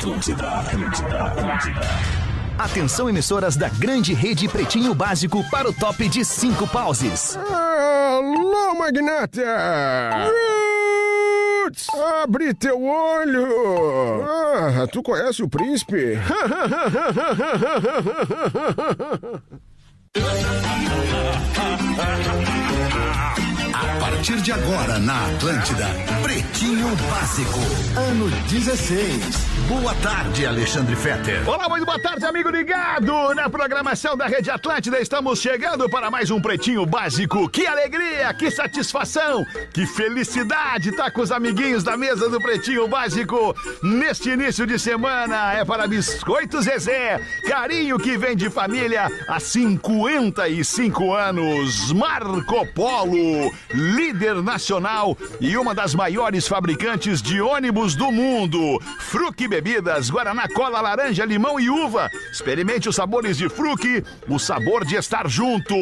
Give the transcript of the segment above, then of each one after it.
Atenção, emissoras da grande rede Pretinho Básico para o top de 5 pauses. Alô, magnata! Roots! Abre teu olho! Ah, tu conhece o príncipe? A partir de agora na Atlântida, Pretinho Básico, ano 16. Boa tarde, Alexandre Fetter. Olá, muito boa tarde, amigo ligado na programação da Rede Atlântida. Estamos chegando para mais um Pretinho Básico. Que alegria, que satisfação, que felicidade tá com os amiguinhos da mesa do Pretinho Básico neste início de semana. É para Biscoito Zezé, carinho que vem de família há 55 anos. Marco Polo, líder nacional e uma das maiores fabricantes de ônibus do mundo. Fruc Bebidas, Guaraná, Cola, Laranja, Limão e Uva. Experimente os sabores de Fruc, o sabor de estar junto.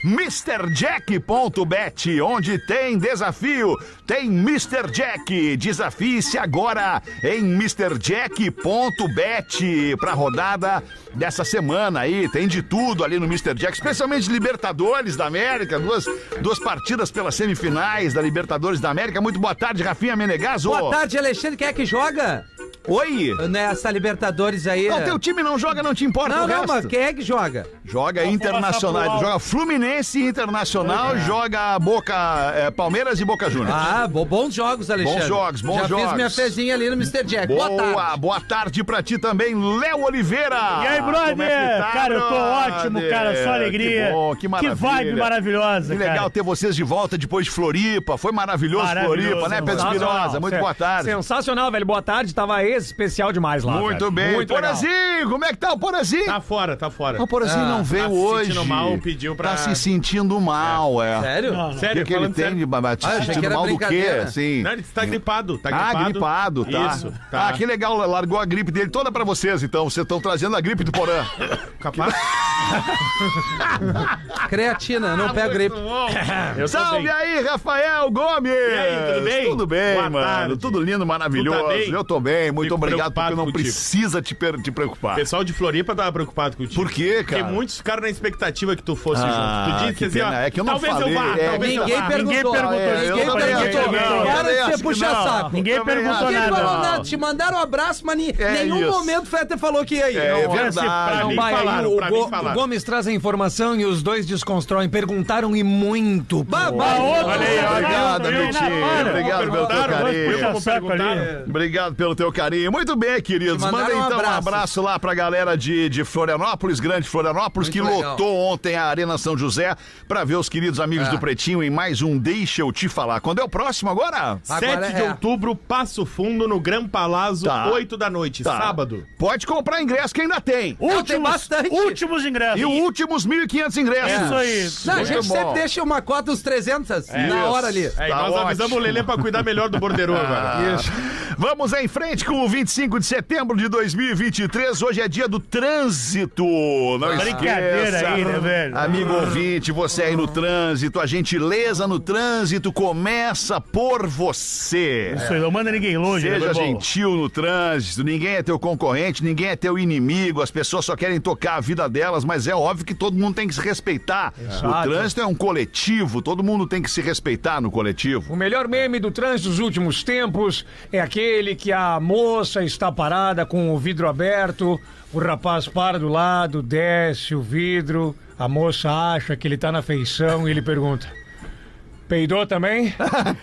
MrJack.bet, onde tem desafio, tem Mr. Jack. Desafie-se agora em MrJack.bet para a rodada dessa semana aí. Tem de tudo ali no Mr. Jack, especialmente Libertadores da América, duas partidas pelas semifinais da Libertadores da América. Muito boa tarde, Rafinha Menegaso. Boa tarde, Alexandre. Quem é que joga? Oi? Nessa Libertadores aí. Não, teu time não joga, não te importa o resto. Não, mas quem é que joga? Joga Internacional, joga Fluminense Internacional, joga Palmeiras e Boca Juniors. Ah, bons jogos, Alexandre. Bons jogos. Já fiz minha fezinha ali no Mr. Jack. Boa tarde pra ti também, Léo Oliveira. E aí, brother? Cara, eu tô ótimo, cara, só alegria. Que bom, que maravilha. Que vibe maravilhosa, Que legal cara. ter vocês de volta depois de Floripa. Foi maravilhoso Floripa, né, Pedro Espinosa? Muito boa tarde. Sensacional, velho. Boa tarde. Tava especial demais lá. Muito velho. bem. Muito Porazinho, como é que tá o Porazinho? Tá fora. O Porazinho não veio hoje. Se sentindo mal, pediu pra... Tá se sentindo mal, é. Sério? Não. Sério, O que ele tem de sentindo mal do quê? Assim? Não, ele tá gripado. Gripado, tá. Isso, tá. Ah, que legal, largou a gripe dele toda pra vocês, então. Vocês estão trazendo a gripe do Porã. Capaz? Creatina, não pega gripe. Salve aí, Rafael Gomes! E aí, tudo bem? Tudo bem, Boa mano. tarde. Tudo lindo, maravilhoso. Tu tá bem? Eu tô bem, muito Fico obrigado, porque preocupado não contigo. precisa te preocupar. O pessoal de Floripa tava preocupado contigo. Por quê, cara? Porque muitos ficaram na expectativa que tu fosse junto. Tu disse que assim, ó, pena. É que eu não talvez falei. eu vá, talvez eu Ninguém vá. perguntou. perguntou. Ninguém Eu também acho que perguntou. não. Para Também de acho ser que puxa-saco. Ninguém Também perguntou Ninguém falou nada. nada. Te mandaram um abraço, mas em nenhum isso. momento o Fetter falou que ia ir. É Pra verdade. mim Vai, falaram, aí pra mim o falaram. Gomes traz a informação e os dois desconstroem. Perguntaram e muito. Olha aí, Obrigado, Amitinho. Obrigado pelo teu carinho. Como perguntaram. Obrigado pelo teu carinho. Muito bem, queridos. Te mandaram Manda então um abraço. abraço lá pra galera de Florianópolis, Grande Florianópolis, Muito que legal. lotou ontem a Arena São José pra ver os queridos amigos do Pretinho em mais um Deixa Eu Te Falar. Quando é o próximo agora? 7 de outubro, Passo Fundo, no Gran Palazzo, Tá. 8 da noite, Tá. sábado. Pode comprar ingresso que ainda tem. Tem bastante. Últimos ingressos. E os últimos 1.500 ingressos. Isso aí. Não, a Muito gente bom. sempre deixa uma cota uns 300 na hora ali. É, e Tá nós avisamos ótimo. o Lelê pra cuidar melhor do borderô agora. Vamos em frente com o 25 de setembro de 2023. Hoje é dia do trânsito. Não Brincadeira esqueça. aí, né, velho? Amigo ouvinte, você aí no trânsito, a gentileza no trânsito começa por você. Isso aí, não manda ninguém longe, né, Seja meu irmão? gentil no trânsito, ninguém é teu concorrente, ninguém é teu inimigo, as pessoas só querem tocar a vida delas, mas é óbvio que todo mundo tem que se respeitar. O trânsito é um coletivo, todo mundo tem que se respeitar no coletivo. O melhor meme do trânsito dos últimos tempos é aquele que a moça está parada com o vidro aberto, o rapaz para do lado, desce o vidro, a moça acha que ele tá na feição e ele pergunta: peidou também?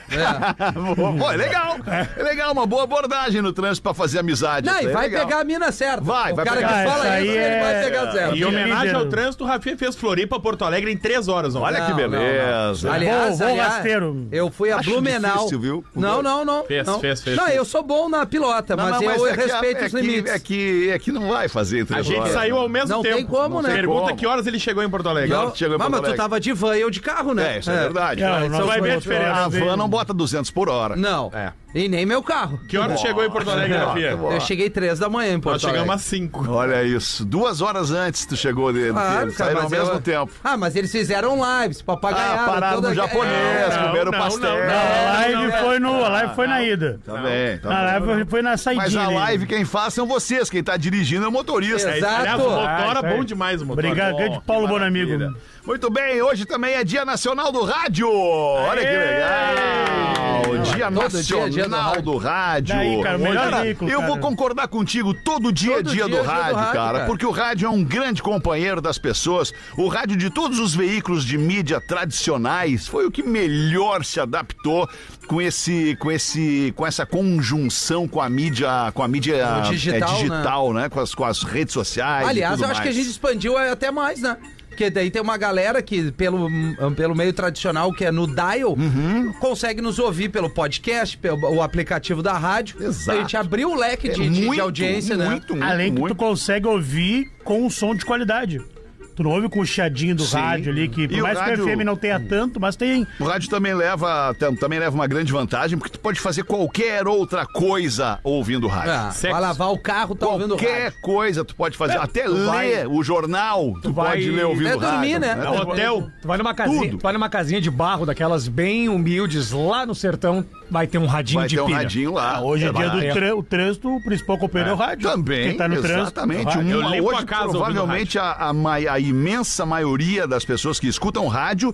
Pô, é legal. É legal, uma boa abordagem no trânsito pra fazer amizade. Não, Isso e aí é vai legal. pegar a mina certa. Vai o cara pegar. que fala Essa aí isso, ele vai pegar certo. Em homenagem líder. ao trânsito, o Rafinha fez Floripa, Porto Alegre em 3 horas ontem. Olha que Não, beleza. Aliás, Bom rasteiro. eu fui a Acho Blumenau. difícil, viu? Não. Fez. Não, eu sou bom na pilota, mas eu é que respeito os limites. É que não vai fazer A 3 gente horas. saiu ao mesmo Não tempo. tem como, né? Pergunta como. que horas ele chegou em Porto Alegre. Não, chegou em Porto Mas tu Alegre. tava de van e eu de carro, né? É, isso é verdade. Não São vai ver a os diferença. A van não bota 200 por hora. Não. É. E nem meu carro. Que hora tu chegou em Porto Alegre, Rafinha? Eu cheguei 3 da manhã em Porto Nós chegamos Alegre. às 5. Olha isso. 2 horas antes tu chegou dele. Claro, cara, Saíram ao mas mesmo eu- tempo. Mas eles fizeram lives, papagaiaram. Pararam toda- no japonês, Não, comeram não, pastel. não, A live foi na ida. Tá bem, tá A bem. live foi na saidinha. Mas a ali. live quem faz são vocês, quem tá dirigindo é o motorista. Exato. Aliás, o motora isso aí. bom demais, o motor. Obrigado, grande Paulo Bonamigo. Muito bem, hoje também é Dia Nacional do Rádio. Olha que legal. Dia Todo dia é dia do Nacional do Rádio. Daí, cara, o melhor Cara, veículo, eu cara. vou concordar contigo, todo dia é Todo dia dia do é dia do rádio, rádio, cara, cara. porque o rádio é um grande companheiro das pessoas. O rádio de todos os veículos de mídia tradicionais foi o que melhor se adaptou com essa conjunção com a mídia O digital, né? Com as redes sociais. e Aliás, tudo eu acho que a mais. gente expandiu até mais, né? Porque daí tem uma galera que, pelo meio tradicional, que é no dial, consegue nos ouvir pelo podcast, pelo aplicativo da rádio. Exato. A gente abriu o leque de audiência, né? Além que tu consegue ouvir com um som de qualidade. Tu não ouve com o chiadinho do Sim. rádio ali, que E por o mais rádio- que o FM não tenha tanto, mas tem. O rádio também leva uma grande vantagem, porque tu pode fazer qualquer outra coisa ouvindo rádio. Ah, vai lavar o carro, tá ouvindo Qualquer rádio. coisa tu pode fazer, até tu vai- ler o jornal, tu vai- pode ler ouvindo até dormir, rádio. né? Hotel. Tu vai numa casinha, Tudo. tu vai numa casinha de barro, daquelas bem humildes, lá no sertão, vai ter um radinho Vai de ter um pilha. radinho lá. Hoje é dia vai. do o trânsito, o principal companheiro é o rádio. Também, Quem tá no trânsito. exatamente. é o rádio. Eu limpo Hoje, a casa ouvindo provavelmente, a imensa maioria das pessoas que escutam rádio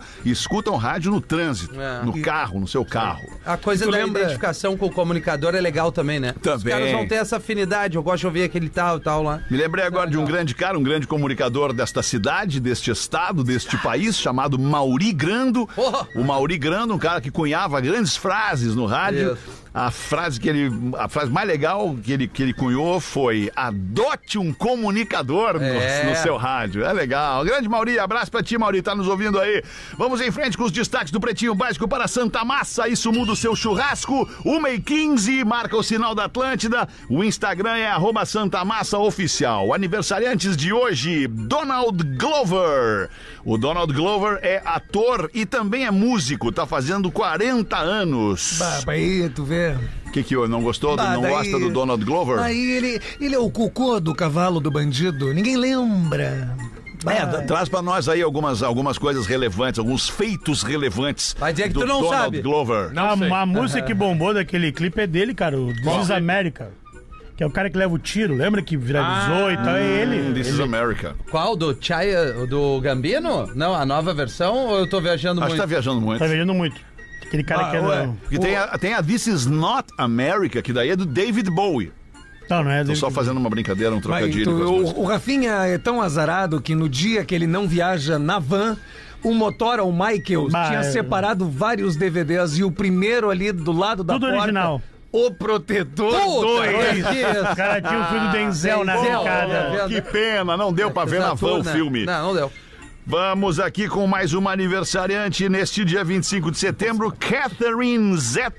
no trânsito, É. no carro, no seu carro. A coisa Tu da lembra- identificação com o comunicador é legal também, né? Os Também. caras vão ter essa afinidade. Eu gosto de ouvir aquele tal e tal lá. Me lembrei agora de um grande cara, um grande comunicador desta cidade, deste estado, deste país, chamado Mauri Grando. Porra! O Mauri Grando, um cara que cunhava grandes frases no rádio. Isso. A frase mais legal que ele cunhou foi: adote um comunicador no seu rádio. É legal. Grande Mauri, abraço pra ti, Mauri, tá nos ouvindo aí. Vamos em frente com os destaques do Pretinho Básico para Santa Massa. Isso muda o seu churrasco. 1h15, marca o sinal da Atlântida. O Instagram é @SantaMassaOficial. Aniversariantes de hoje, Donald Glover. O Donald Glover é ator e também é músico. Tá fazendo 40 anos. Aí, tu vê. O que não gostou? Bah, Não daí- gosta do Donald Glover? Aí ele é o cocô do cavalo do bandido. Ninguém lembra. Traz pra nós aí algumas coisas relevantes, alguns feitos relevantes. Vai dizer que do tu não Donald sabe. Glover. A música que bombou daquele clipe é dele, cara, o This is America. Que é o cara que leva o tiro, lembra que viralizou e tal? É ele. This is America. Qual? Do Chaya, do Gambino? Não, a nova versão ou eu tô viajando Acho que muito? tá viajando muito. Tá vendendo muito. Aquele cara que é. Porque tem a This is Not America, que daí é do David Bowie. Não, não é. Tô só fazendo uma brincadeira, um Mas, trocadilho com as coisas. o Rafinha é tão azarado que no dia que ele não viaja na van, o Motora, o Michael, Bah, tinha é- separado vários DVDs e o primeiro ali do lado da Tudo porta... original. O Protetor Puta, 2. O cara tinha o filho do Denzel na Denzel, arrancada. né? Que pena, não deu pra ver na van o filme. Não deu. Vamos aqui com mais uma aniversariante neste dia 25 de setembro, Catherine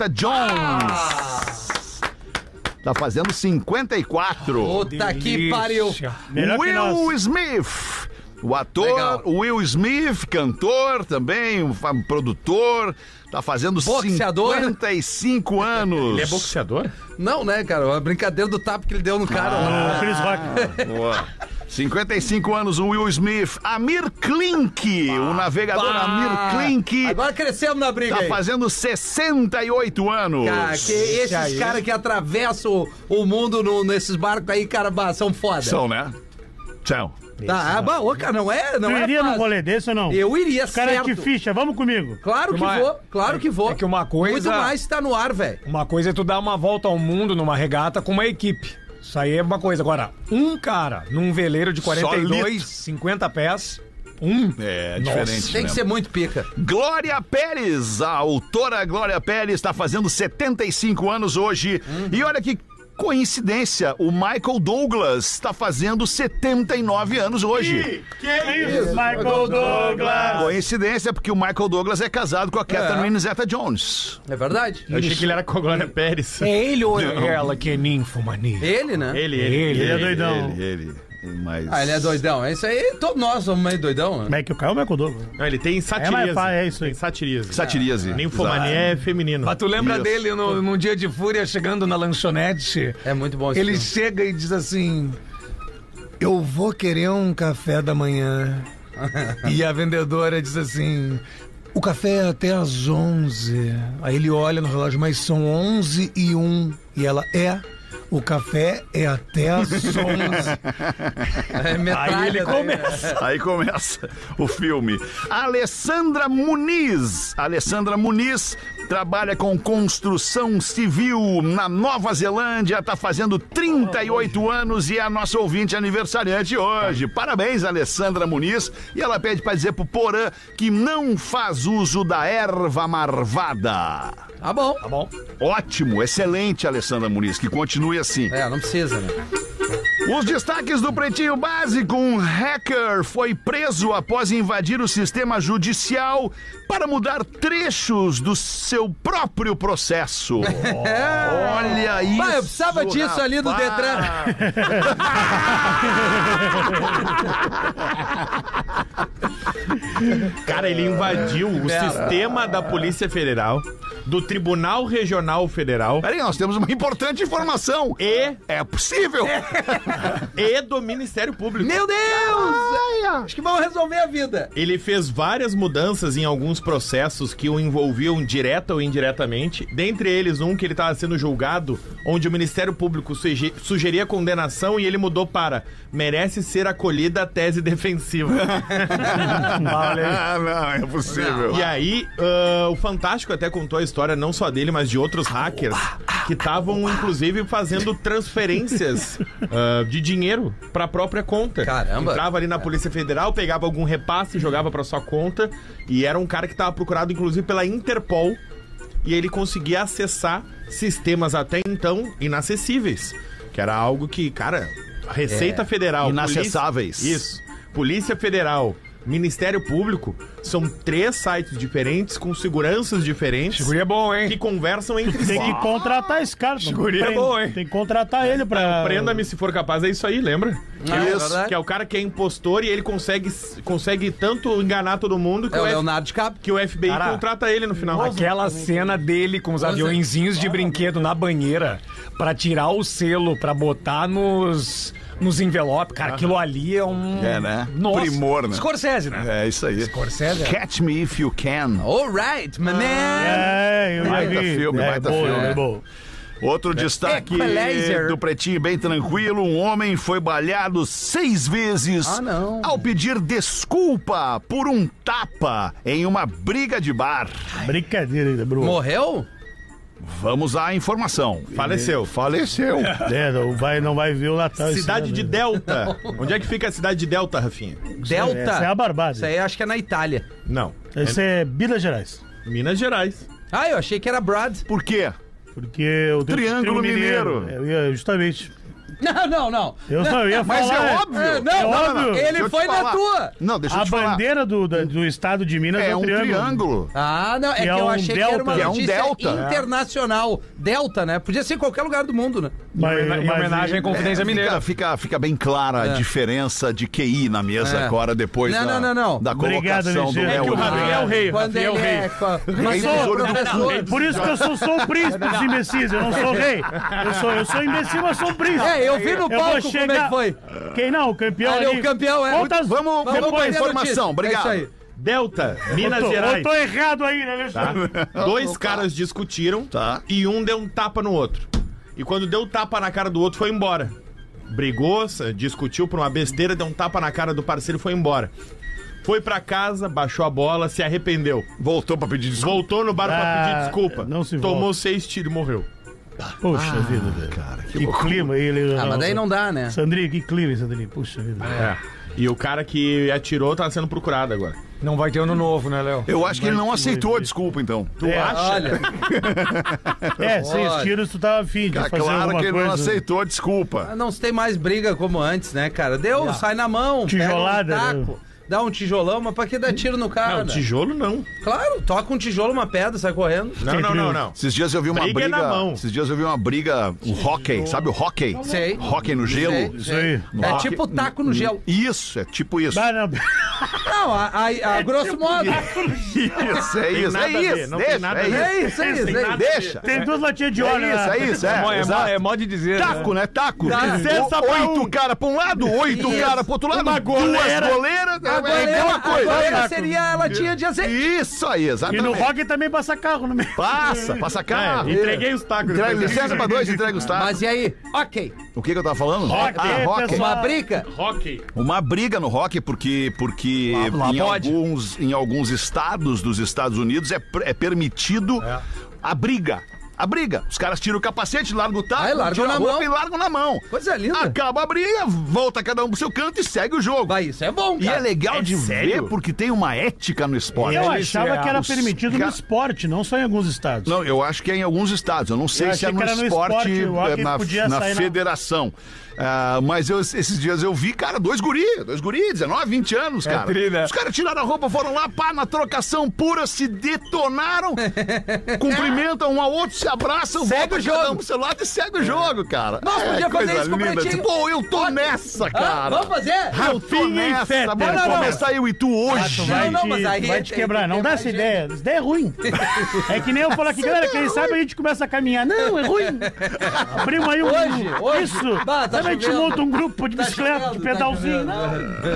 Zeta-Jones. Tá fazendo 54. Puta que pariu. Melhor que nós. Will Smith. O ator Legal. Will Smith, cantor também, produtor, tá fazendo Boxeador. 55 anos. Ele é boxeador? Não, né, cara? A brincadeira do tapa que ele deu no cara. O Chris Rock. Boa. 55 anos, o Will Smith. Amir Klink, o navegador Amir Klink, Agora crescemos na briga tá aí. fazendo 68 anos. Cara, que esses caras que atravessam o mundo nesses barcos aí, cara, são foda. São, né? São. Tá, ô, cara, não é Tu iria num fácil. rolê desse ou não? Eu iria, Cara certo. de ficha, vamos comigo. Claro que Uma- vou, claro que vou. é que uma coisa- Muito mais tá no ar, velho. Uma coisa é tu dar uma volta ao mundo numa regata com uma equipe. Isso aí é uma coisa. Agora, um cara num veleiro de 42, Solito. 50 pés, É diferente. Tem que ser muito pica. Glória Pérez, a autora Glória Pérez, está fazendo 75 anos hoje. E olha que coincidência, o Michael Douglas está fazendo 79 anos hoje. Que isso? Michael Douglas. Coincidência, porque o Michael Douglas é casado com a Catherine Zeta-Jones. É verdade. Eu achei que ele era com a Glória Pérez. é ele ou é ela que é ninfomania? Ele, né? Ele. Ele é doidão. Ele. Mas... Ah, ele é doidão. É isso aí, todos nós somos meio doidão, né? Como é que o Caio é Codô? Não, ele tem satiríase. É isso aí. Tem satiríase. Satiríase. Ninfomania é feminino. Mas tu lembra Isso. dele num dia de fúria chegando na lanchonete? É muito bom esse Ele filme. chega e diz assim: eu vou querer um café da manhã. E a vendedora diz assim: o café é até às 11. Aí ele olha no relógio, mas são 11h01. E ela, o café é até às 11. É metralha, Aí ele daí, né? Aí começa o filme. Alessandra Muniz trabalha com construção civil na Nova Zelândia, tá fazendo 38 anos e é a nossa ouvinte aniversariante hoje. Parabéns, Alessandra Muniz. E ela pede pra dizer pro Porã que não faz uso da erva marvada. Tá bom. Tá bom? Ótimo, excelente, Alessandra Muniz, que continue assim. É, não precisa, né? Os destaques do Pretinho Básico: um hacker foi preso após invadir o sistema judicial para mudar trechos do seu próprio processo. Olha isso. Bah, eu precisava disso ali do Detran. Cara, ele invadiu o sistema da Polícia Federal, do Tribunal Regional Federal Peraí, nós temos uma importante informação. e É possível? do Ministério Público. Meu Deus! Acho que vão resolver a vida. Ele fez várias mudanças em alguns processos que o envolviam direta ou indiretamente. Dentre eles, um que ele estava sendo julgado, onde o Ministério Público sugeria condenação e ele mudou para merece ser acolhida a tese defensiva. Ah, não, é possível. E aí, o Fantástico até contou a história não só dele, mas de outros hackers que estavam, inclusive, fazendo transferências de dinheiro pra própria conta. Caramba. Entrava ali na Polícia Federal, pegava algum repasse, jogava pra sua conta, e era um cara que tava procurado, inclusive, pela Interpol, e ele conseguia acessar sistemas até então inacessíveis, que era algo que, cara, Receita Federal... Inacessáveis. Isso. Polícia Federal... Ministério Público, são 3 sites diferentes, com seguranças diferentes. Seguro é bom, hein? Que conversam entre si. Tem que contratar esse cara. Segurinha é bom, hein? Tem que contratar ele pra... Prenda-me se for capaz, é isso aí, lembra? É verdade. Que é o cara que é impostor e ele consegue tanto enganar todo mundo que, É o Leonardo DiCaprio. que o FBI Cara, contrata ele no final. Aquela cena dele com os aviõezinhos de brinquedo na banheira pra tirar o selo, pra botar nos envelopes. Cara, aquilo ali é um... É, né? Nossa. Primor, né? Scorsese, né? É isso aí. Scorsese. Catch Me If You Can. All right, my man. É, eu já Baita vi. filme, baita bom, filme. É bom. Outro destaque Equalizer. do Pretinho bem tranquilo: um homem foi baleado 6 vezes ao pedir desculpa por um tapa em uma briga de bar. Brincadeira ainda, Bruno. Morreu? Vamos à informação. Faleceu. Faleceu. É, não vai ver o Natal. esse Cidade ano, de né? Delta. Onde é que fica a cidade de Delta, Rafinha? Delta? Essa é a barbada. Isso aí acho que é na Itália. Não. Esse é Minas Gerais. Minas Gerais. Ah, eu achei que era Brad. Por quê? Porque o Triângulo Mineiro. Eu ia justamente. Não. Eu ia Mas falar. é óbvio. É, não, É não, óbvio. ele Deixa eu foi te na falar. tua. Não, deixa eu A te falar. bandeira do estado de Minas É é um triângulo. Ah, não, é Que que é eu um achei que era uma delta. É um notícia delta. internacional. Delta, né? Podia ser em qualquer lugar do mundo, né? Em homenagem à Confidência Mineira. Fica bem clara a diferença de QI na mesa É. agora, depois Não. da Obrigado, colocação do Alexandre. Léo É que o Oliveira. Rafinha é o rei. Quando Rafinha é o ele rei. é... Mas Rei ele é do professor. Por isso que eu sou o príncipe dos imbecis, eu não sou rei. Eu sou imbecil, mas sou príncipe. É, eu vi no vou palco como é que foi. Quem não? O campeão Ali, ali. o campeão é... Quantas... Vamos bater a informação, notícia. obrigado. É isso aí. Delta, Minas Eu Gerais. tô errado aí, né, Alexandre? Tá? 2 caras discutiram e um deu um tapa no outro. E quando deu tapa na cara do outro, foi embora. Brigou, discutiu por uma besteira, deu um tapa na cara do parceiro e foi embora. Foi pra casa, baixou a bola, se arrependeu. Voltou pra pedir desculpa. Voltou no bar pra pedir desculpa. não se Tomou volta. 6 tiros e morreu. Puxa vida, velho. Cara, Que clima aí, ele. Ah, mas daí não dá, né? Sandrinho, que clima, Sandrinho. Puxa vida. É. E o cara que atirou tá sendo procurado agora. Não vai ter ano novo, né, Léo? Eu acho que ele não aceitou a desculpa, então. Tu acha? Olha, 6 tiros, tu tava afim de Tá fazer claro alguma que ele coisa. não aceitou a desculpa. não se tem mais briga como antes, né, cara? Deu, sai na mão, Tijolada, pega um taco. Dá um tijolão, mas pra que dar tiro no cara? Não, tijolo não. Claro, toca um tijolo, uma pedra, sai correndo. Não. Esses dias eu vi uma Briga briga. na mão. Esses dias eu vi uma briga, o hóquei, sabe o hóquei? Sei. Hóquei no gelo. Isso aí. É tipo taco no gelo. Isso, é tipo isso. Ah, não. Não, a grosso modo. Isso, é isso, nada a é ver, isso. não tem Deixa, nada a é ver. isso. É isso. Deixa. Tem 2 latinhas de óleo, É isso, exato. É modo de dizer. Taco, né? Taco. Tá. Licença pra 8 cara pra um lado, 8 Isso. cara pro outro lado, Uma duas goleira. goleiras. A É a mesma goleira coisa. seria a latinha de azeite. Isso aí, E exatamente. no rock também passa carro no meio. Passa carro. Entreguei os tacos. Entrega, depois. licença pra 2, entrega os tacos. Mas e aí? Ok. O que eu tava falando? Rock, rock. pessoal. Uma briga? Rock. Uma briga no rock, porque em alguns estados dos Estados Unidos é permitido a briga. A briga. Os caras tiram o capacete, largam o taco, Largam tiram a na roupa mão. e largam na mão. Coisa linda. Acaba a briga, volta cada um pro seu canto e segue o jogo. Vai, isso é bom, E cara. é legal de sério? ver porque tem uma ética no esporte. Eu achava que era Os permitido no ca- esporte, não só em alguns estados. Não, eu acho que é em alguns estados. Eu não sei Eu se é achei no que era no esporte, esporte, o hockey podia na sair na- federação. Mas esses dias eu vi, cara, dois guri, 19, 20 anos, cara. tri, né? Os caras tiraram a roupa, foram lá, pá, na trocação pura, se detonaram, cumprimentam um ao outro, se abraçam, Segue volta o jogo. cada um pro seu lado e segue o jogo, cara. Nós podíamos fazer coisa isso com o linda. Pretinho. Pô, eu tô nessa, cara. Vamos fazer? Eu tô nessa. Fetter, Bora não, começar eu e tu hoje. Vai, Não, mas aí vai te tem quebrar. que Não ter dá mais essa gente. ideia. Essa ideia é ruim. É que nem eu falo aqui, galera, quem sabe a gente começa a caminhar. Não, é ruim. Abrimos aí um... Hoje. Isso. Bah, tá Sabe, a gente chovendo. monta um grupo de bicicleta, de pedalzinho. Não.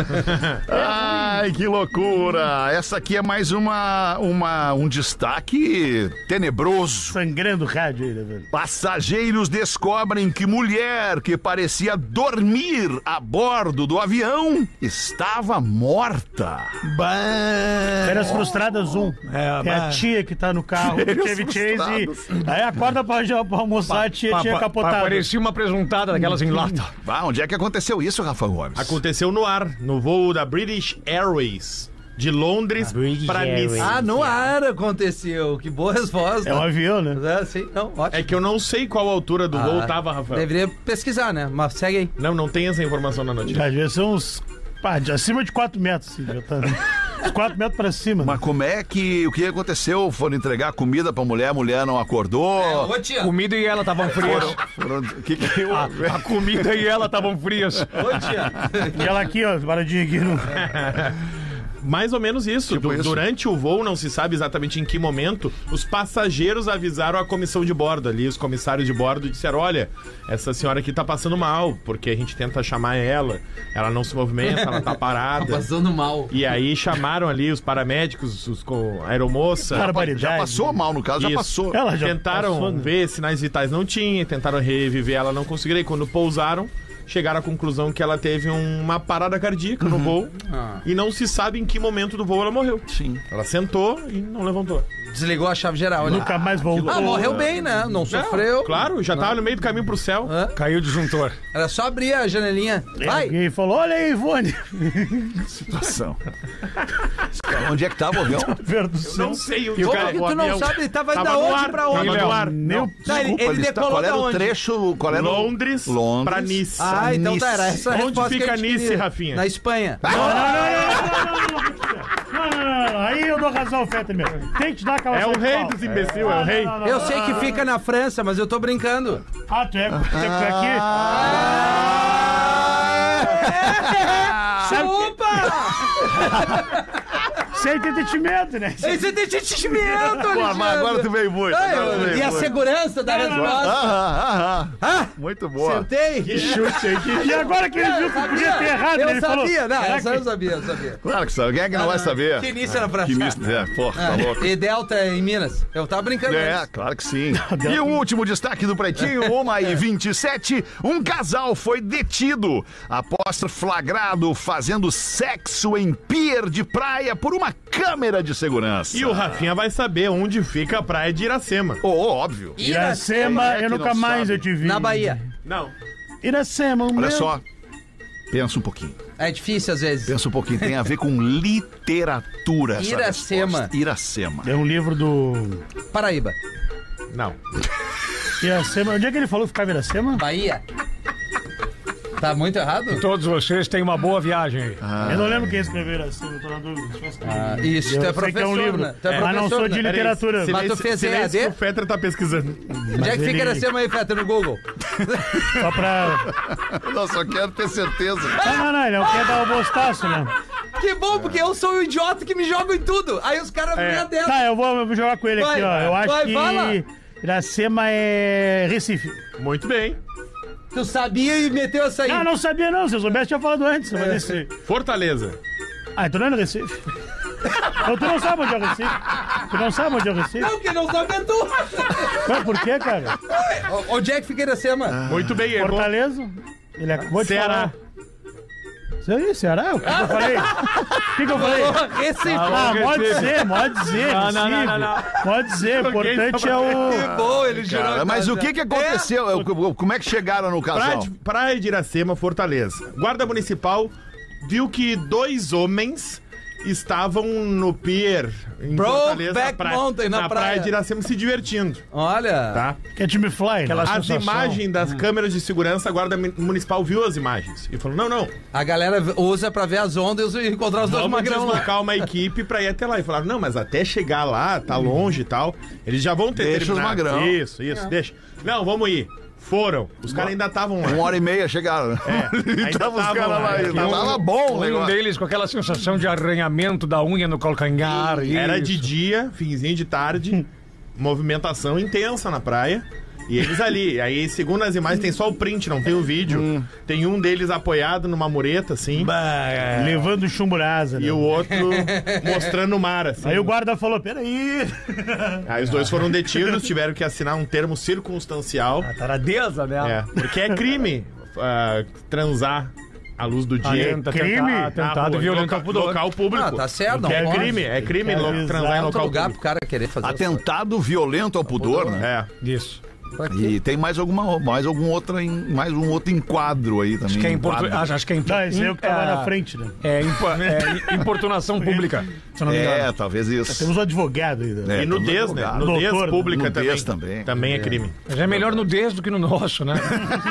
Ai, que loucura! Essa aqui é mais um destaque tenebroso. Sangrando o rádio aí, né, velho? Passageiros descobrem que mulher que parecia dormir a bordo do avião estava morta. Férias Frustradas 1. É a bah. tia que tá no carro, que teve chase. Aí acorda pra almoçar, a tia tinha capotado. Parecia uma presuntada daquelas em lata. Ah, onde é que aconteceu isso, Rafa Gomes? Aconteceu no ar, no voo da British Airways, de Londres para Nice. Ah, no ar aconteceu. Que boa resposta. É um avião, né? É, sim, não, ótimo. É que eu não sei qual altura do voo tava, Rafael. Deveria pesquisar, né? Mas segue aí. Não tem essa informação na notícia. Já devia ser uns... acima de 4 metros, assim, já tá... Uns 4 metros pra cima. Mas como é que... O que aconteceu? Foram entregar comida pra mulher, a mulher não acordou? Ô, tia. Comida e ela estavam frias. A comida e ela estavam frias. Ô, tia. E ela aqui, ó, paradinha aqui no... Mais ou menos isso. Tipo isso. Durante o voo, não se sabe exatamente em que momento, os passageiros avisaram a comissão de bordo ali, os comissários de bordo, e disseram: olha, essa senhora aqui tá passando mal, porque a gente tenta chamar ela não se movimenta, ela tá parada. Passando mal. E aí chamaram ali os paramédicos, a aeromoça. Barbaridade. Já passou mal, no caso, já Isso. passou. Ela já Tentaram passou, né? ver sinais vitais, não tinha, tentaram reviver ela, não conseguiram. E quando pousaram, chegaram à conclusão que ela teve uma parada cardíaca no voo e não se sabe em que momento do voo ela morreu. Sim. Ela sentou e não levantou. Desligou a chave geral, né? Nunca mais voltou. Ah, morreu bem, né? Não sofreu. Claro, já tava no meio do caminho pro céu. Hã? Caiu o disjuntor. Era só abrir a janelinha. Vai! Alguém falou, olha aí, Ivone. Situação. Onde é que tava o avião? Verde do céu. Não sei o Como que tu não sabe? Ele tava indo da no onde ar, pra onde? tava no ar. Meu... Tá, ele Desculpa, decolou qual era da o onde? trecho? Qual era o- Londres pra Nice. Ah, então tá, era essa a Onde resposta fica que a gente Nice, queria. Rafinha? Na Espanha. Não. Aí eu dou razão ao Fetter mesmo. Tem que te dar aquela... É o rei dos imbecil, é o rei. Eu sei que fica na França, mas eu tô brincando. Ah, tu é aqui? Chupa! Sem entendimento, né? Esse desistimento, Pô, mas agora tu veio muito. agora tu veio E a muito. segurança da resposta. Muito boa. Sentei. Chute aí. E agora que ele viu que podia ter errado, Eu ele falou... sabia, não, será essa que- eu sabia. Claro que sabe. Quem é que não vai saber? Que início era pra Que início, porra, tá louco. E Delta em Minas. Eu tava brincando. É, antes. claro que sim. E o último destaque do Pretinho, 1h27, um casal foi detido após ser flagrado fazendo sexo em pier de praia por uma câmera de segurança. E o Rafinha vai saber onde fica a praia de Iracema. Óbvio. Iracema, Quem é eu que nunca não mais sabe? eu te vi. Na Bahia. Não. Iracema, o Olha meu... só. Pensa um pouquinho. É difícil às vezes. Pensa um pouquinho. Tem a ver com literatura. essa Iracema. resposta. Iracema. É um livro do... Paraíba. Não. Iracema. Onde é que ele falou que ficava Iracema? Bahia. Tá muito errado? Todos vocês têm uma boa viagem aí. Eu não lembro quem escreveu assim, eu tô na dúvida. Isso, tu é Eu sei que é um professor, livro, né? Tu é mas não sou professor, de né? literatura. Mas tu fez Silêncio que EAD? o Fetter tá pesquisando. Onde é que fica Iracema aí, Feta, no Google? Só pra... Eu só quero ter certeza. Não, ele não quer dar o bostaço, né? Que bom, porque eu sou o idiota que me joga em tudo. Aí os caras me adentram. Tá, eu vou jogar com ele aqui, ó. Eu acho que fala. Iracema é Recife. Muito bem. Tu sabia e meteu essa aí. Não sabia não. Se eu soubesse, tinha falado antes. Mas esse... Fortaleza. Então não é no Recife. Então tu não sabe onde é o Recife. Tu não sabe onde é o Recife. Não, quem não sabe é tu. Mas por quê, cara? Onde é que fica Iracema? Muito bem, errou. Fortaleza. Ele acabou de Ceará. falar. Isso aí, Ceará? O que eu falei? O que eu falei? Recife. Pode dizer. Não. Pode dizer, o importante é o... Que bom, ele girou. Cara, mas o que aconteceu? Como é que chegaram no casal? Praia de Iracema, Fortaleza. Guarda Municipal viu que 2 homens estavam no pier em Fortaleza, Brokeback Mountain, na praia de Iracema, se divertindo. Olha. Tá? Que é time fly, né? As imagens das câmeras de segurança, a Guarda Municipal viu as imagens e falou, não, A galera usa pra ver as ondas e encontrar os dois vamos magrão lá. deslocar uma equipe pra ir até lá. E falaram, não, mas até chegar lá, tá longe e tal, eles já vão ter Deixa os terminado. magrão. Isso, deixa. Não, vamos ir. Foram. Os caras ainda estavam lá. 1h30 chegaram. ainda Tava os tavam caras lá. lá. Tava bom o Um negócio. deles com aquela sensação de arranhamento da unha no calcanhar. Era de isso. dia, finzinho de tarde, movimentação intensa na praia. E eles ali, aí segundo as imagens tem só o print, não tem o vídeo. Tem um deles apoiado numa mureta, assim, Levando chumbo na asa, né? e o outro mostrando o mar, assim. Aí o guarda falou, peraí. Aí os dois foram detidos, tiveram que assinar um termo circunstancial. A taradeza dela. Porque é crime transar à luz do dia. crime? Atentado violento ao pudor. Local público. Ah, tá certo, não É pode. crime, transar em Outro local lugar pro público. cara querer fazer. Atentado violento ao pudor, né? Isso. E tem mais um outro enquadro aí também. Acho que é Enquadro. Não, esse aí é o que tava na frente, né? Importunação pública, se eu não me engano. Talvez isso. Temos um advogado aí, né? É, E nudez, né? advogado. Nudez Doutor, pública nudez também. também. Também é crime. Mas é melhor nudez do que no nosso, né?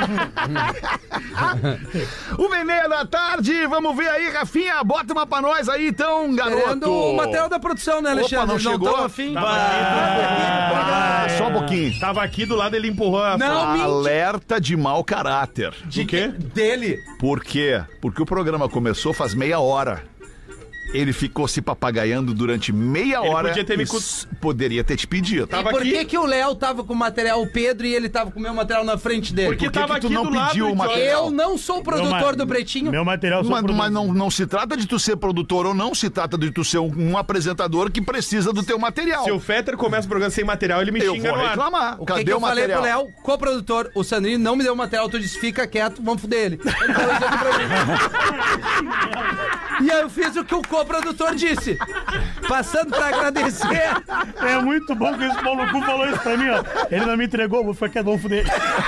1h30 da tarde, vamos ver aí, Rafinha, bota uma pra nós aí então, garoto. Querendo o material da produção, né, Alexandre? Opa, não chegou? tão afim. Só um pouquinho. Tava aqui do lado, ele empurrou a... Não, mentira. Alerta de mau caráter. De quê? Dele. Por quê? Porque o programa começou faz meia hora. Ele ficou se papagaiando durante meia hora. podia ter me poderia ter te pedido. Tava E por aqui. que o Léo tava com o material, o Pedro, e ele tava com o meu material na frente dele? Porque tava que tu aqui não do lado, pediu o idiota. material? Eu não sou o produtor do Pretinho. Meu material só Mas não se trata de tu ser produtor ou não, se trata de tu ser um apresentador que precisa do teu material. Se o Fetter começa o programa sem material, ele me Eu xinga vou no ar. reclamar. O Cadê que o eu falei material? pro Léo, coprodutor, o Sandrinho não me deu o material, tu disse, fica quieto, vamos fuder ele. Ele falou isso aqui pra mim. E aí eu fiz o que o coprodutor disse. Passando pra agradecer. É muito bom que esse maluco falou isso pra mim, ó. Ele não me entregou, vou ficar quieto, vamos fuder.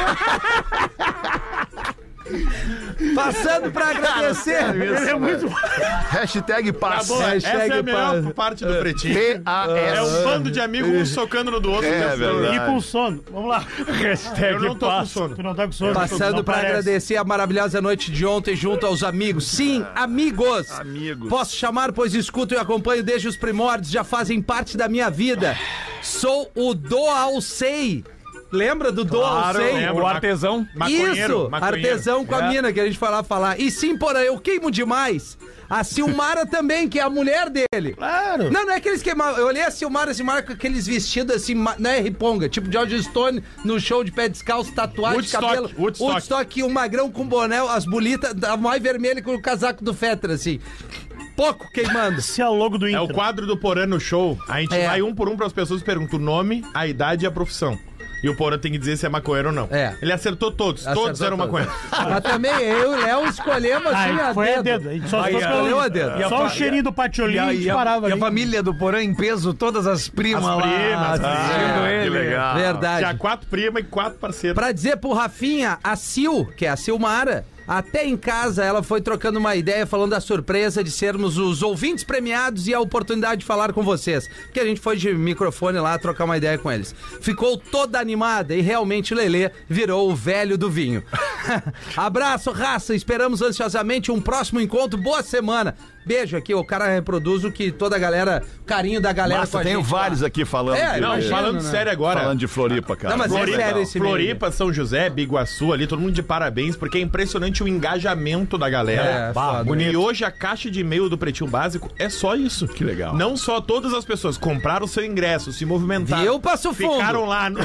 Passando pra agradecer. Ele é muito bom. Hashtag passa. Essa é a melhor parte do Pretinho. P-A-S. É um bando de amigos, um socando no do outro. É verdade. E com sono. Vamos lá. Eu não tô com sono. Tu não tá com sono. Passando não pra parece. agradecer a maravilhosa noite de ontem junto aos amigos. Sim, amigos. Amigos. Posso chamar, pois escuto e acompanho desde os primórdios, já fazem parte da minha vida. Sou o Doalcei. Lembra do Doalcei? O artesão. Isso, artesão com a mina que a gente foi lá falar. E sim, porra, eu queimo demais. A Silmara também, que é a mulher dele. Claro. Não é que eles queimavam. Eu olhei a Silmara com aqueles vestidos assim, não é riponga, tipo George Stone no show de pé descalço, tatuagem, Woodstock, cabelo. Woodstock. E um magrão com boné, as bolitas, a mais vermelha com o casaco do Fetter, assim. Pouco queimando. Esse é o logo do É Inter. o quadro do Porã no show. A gente vai um por um pras pessoas e pergunta o nome, a idade e a profissão. E o Porã tem que dizer se é maconheiro ou não. É. Ele acertou todos. Todos eram maconheiros. Mas também eu e o Léo escolhemos assim a Foi a dedo. dedo. A gente só escolheu a dedo. Só o cheirinho do patiolinho a gente parava E a ali. família do Porã em peso, todas as primas As lá. primas, assistindo ele. que legal. Verdade. Tinha 4 primas e 4 parceiros. Pra dizer pro Rafinha, a Sil, que é a Silmara, até em casa ela foi trocando uma ideia, falando da surpresa de sermos os ouvintes premiados e a oportunidade de falar com vocês. Porque a gente foi de microfone lá trocar uma ideia com eles. Ficou toda animada e realmente o Lelê virou o velho do vinho. Abraço, raça. Esperamos ansiosamente um próximo encontro. Boa semana. Beijo aqui. O cara reproduz o que toda a galera, o carinho da galera com a tenho gente vários lá. aqui falando. Não, imagino, falando né? sério agora. Falando de Floripa, cara. Não, mas é sério esse meio. Floripa, São José, Biguaçu ali, todo mundo de parabéns, porque é impressionante o engajamento da galera. Foda. E hoje a caixa de e-mail do Pretinho Básico é só isso. Que legal. Não só todas as pessoas compraram o seu ingresso, se movimentaram. Viu, Passo Fundo? Ficaram lá no...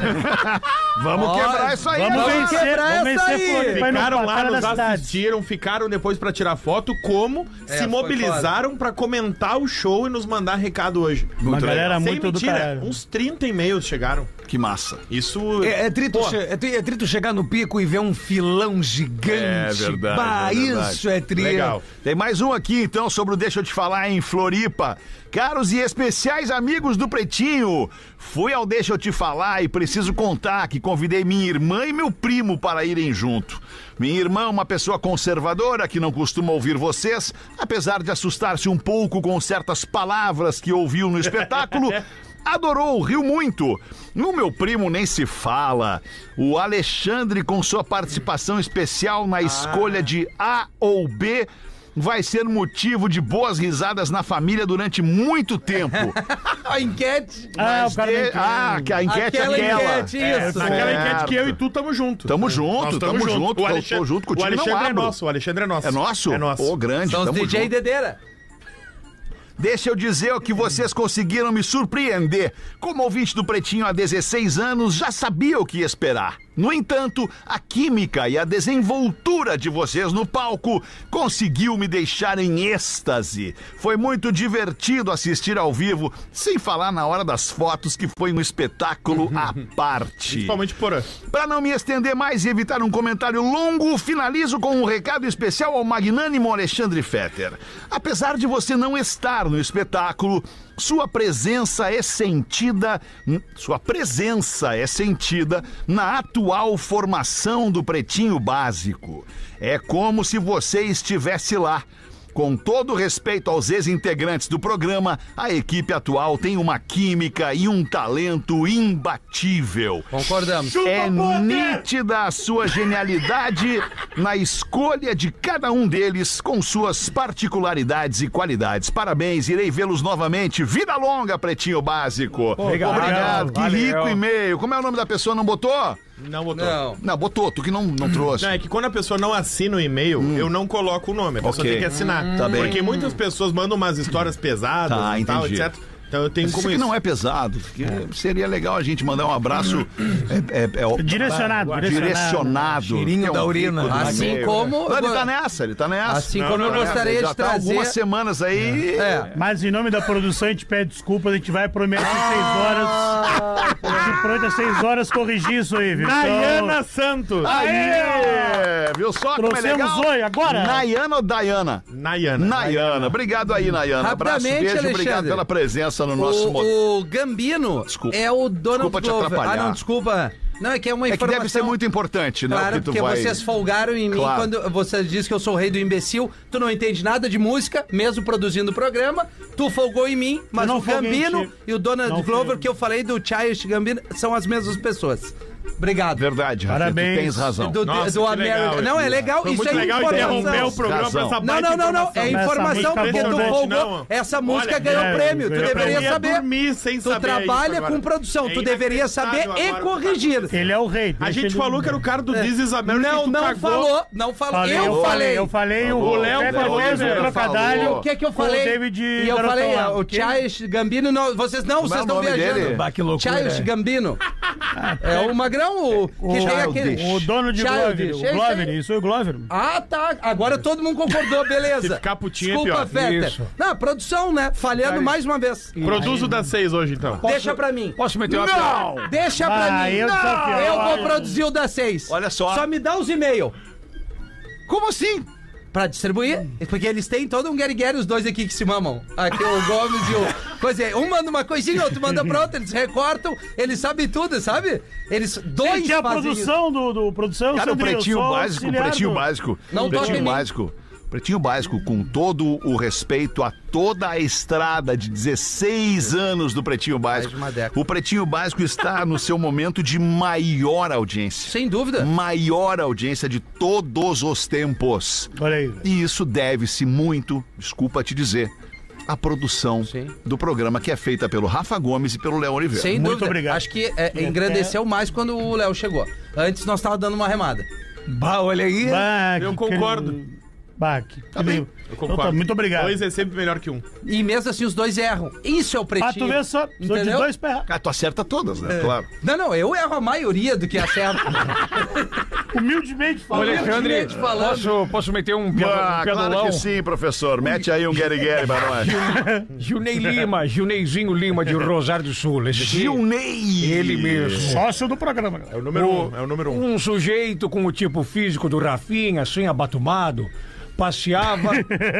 Vamos quebrar isso aí, Vamos né? vencer, quebrar vamos essa vencer aí. Floripa. Vai Ficaram no lá, cara nos da cidade. assistiram, ficaram depois pra tirar foto, como se foi mobilizaram pra comentar o show e nos mandar recado hoje. Uma galera Sem muito do mentira, caralho. uns 30 e-mails chegaram. Que massa. Isso... É trito chegar no pico e ver um filão gigante. É verdade, Bah, é verdade. isso é tri. Legal. Tem mais um aqui, então, sobre o Deixa Eu Te Falar em Floripa. Caros e especiais amigos do Pretinho, fui ao Deixa Eu Te Falar e preciso contar que convidei minha irmã e meu primo para irem junto. Minha irmã é uma pessoa conservadora que não costuma ouvir vocês, apesar de assustar-se um pouco com certas palavras que ouviu no espetáculo. Adorou, riu muito. O meu primo nem se fala. O Alexandre, com sua participação especial na escolha de A ou B, vai ser motivo de boas risadas na família durante muito tempo. A enquete. Ah, o cara da enquete. Que a enquete é Aquela aquela. enquete, isso. Aquela Certo. enquete que eu e tu tamo junto. Tamo Nós junto, tamo junto. O Tô Alexandre, junto contigo, o Alexandre não é abro. nosso, o Alexandre é nosso. É nosso? É nosso. Ô, grande, São os tamo DJ junto. Dedeira. Deixa eu dizer o que vocês conseguiram me surpreender. Como ouvinte do Pretinho há 16 anos, já sabia o que esperar. No entanto, a química e a desenvoltura de vocês no palco conseguiu me deixar em êxtase. Foi muito divertido assistir ao vivo, sem falar na hora das fotos, que foi um espetáculo à parte. Principalmente Porã. Para não me estender mais e evitar um comentário longo, finalizo com um recado especial ao magnânimo Alexandre Fetter. Apesar de você não estar no espetáculo, sua presença é sentida na atual formação do Pretinho Básico. É como se você estivesse lá. Com todo respeito aos ex-integrantes do programa, a equipe atual tem uma química e um talento imbatível. Concordamos. É nítida a sua genialidade na escolha de cada um deles com suas particularidades e qualidades. Parabéns, irei vê-los novamente. Vida longa, Pretinho Básico. Legal. Obrigado, que Valeu. rico e-mail. Como é o nome da pessoa? Não botou? Não botou. Não. Não, botou, tu que não trouxe. Não, é que quando a pessoa não assina o e-mail, eu não coloco o nome. A pessoa Ok. tem que assinar. Tá bem. Porque muitas pessoas mandam umas histórias pesadas Tá, e tal, entendi. etc. Então eu tenho Isso como aqui isso. não é pesado. Porque seria legal a gente mandar um abraço Direcionado. direcionado. Cheirinho que é da urina. rico de Assim e-mail, como- Não, ele tá nessa. Assim Não, como eu tá nessa. gostaria Ele de já tá trazer- algumas semanas aí. Mas em nome da produção, a gente pede desculpas, a gente vai prometer 6 horas. A gente promete às 6 horas corrigir isso aí, viu? Nayana Santos. Aê! Viu só como é legal? Trouxemos hoje, agora. Nayana ou Dayana? Nayana. Nayana. Obrigado aí, Nayana. Abraço, Rapidamente, beijo, Alexandre. obrigado pela presença no nosso O Gambino Desculpa. é o Donald Desculpa te Glover. atrapalhar. Ah, não, desculpa. Não, é que é uma É que informação... deve ser muito importante, né? Claro, o que tu porque vai... vocês folgaram em mim Claro. quando você disse que eu sou o rei do imbecil. Tu não entende nada de música, mesmo produzindo o programa. Tu folgou em mim, mas não o folguei em Gambino ti. e o Donald Não Glover, fui. que eu falei do Childish Gambino, são as mesmas pessoas. Obrigado. Verdade, Rafa, tu Parabéns. tens razão. Do Nossa, que American. legal, Não, é legal. Foi Isso muito é legal informação. interromper o programa Razão. pra essa Não, baita não. É informação. informação música porque tu boa, folgou. não. Essa música Olha, ganhou prêmio. Tu eu deveria aprendi a saber. dormir sem Tu saber trabalha isso agora. com produção. É Tu deveria saber inacreditável e agora o que tá corrigir. acontecendo. Ele é o rei. A deixa gente ele- falou que era o cara do This is America Não, que tu não cagou. falou. Não falou. Eu falei. Eu falei, Falou. o Léo Pepe falou Oliveira fez o trocadilho. falou. O que eu com falei? o David E eu Garotão falei, lá. o Childish Gambino, não, vocês não, vocês é o estão nome viajando. dele? Bah, que loucura. Childish Gambino. É o magrão, o que tem aquele... O dono de Glover. Childish, O esse Glover, aí. isso é o Glover. Ah, tá. Agora todo mundo concordou, beleza. Se ficar putinho é Desculpa, pior. Fetter. Isso. Não, produção, né? Falhando mais uma vez. Produz o das 6 hoje, então. Deixa pra mim. Posso meter uma piada? Deixa pra mim. eu desafio. Eu vou produzir o das 6. Olha só. Só me dá os e-mails. Como assim? Pra distribuir, porque eles têm todo um guerigueiro, os dois aqui que se mamam. Aqui o Gomes e o... Coisa, um manda uma coisinha, outro manda pra outra, eles recortam, eles sabem tudo, sabe? Eles dois Tinha a fazem isso. produção do produção. Cara, o Sandrinho, Pretinho eu sou Básico, auxiliar Pretinho do- Básico. Não toca em Pretinho mim. Básico. Pretinho Básico, com todo o respeito a toda a estrada de 16 anos do Pretinho Básico, Mais de uma década. o Pretinho Básico está no seu momento de maior audiência. Sem dúvida. Maior audiência de todos os tempos. Olha aí. E isso deve-se muito, desculpa te dizer, à produção Sim. do programa, que é feita pelo Rafa Gomes e pelo Léo Oliveira. Sem Muito dúvida. obrigado. Acho que engrandeceu mais quando o Léo chegou. Antes nós tava dando uma remada. Bah, olha aí. Bah, Eu que- concordo. Bah, que bem. Eu concordo. Então, muito obrigado. 2 é sempre melhor que 1. E mesmo assim os dois erram. Isso é o Pretinho. Ah, tu vê só, sou de Entendeu? 2 pra errar. Ah, tu acerta todas, né? Claro. Não, eu erro a maioria do que acerto. Humildemente Ô, falando. Alexandre, Humildemente falando. posso meter um Ah, pedolão? claro que sim, professor. Mete aí um Guerigueri para nós. Gilneizinho Lima, de Rosário do Sul. Esse aqui, Gilney. ele mesmo. Sócio do programa, galera. É o número 1. É o número 1. Um sujeito com o tipo físico do Rafinha, assim, abatumado, passeava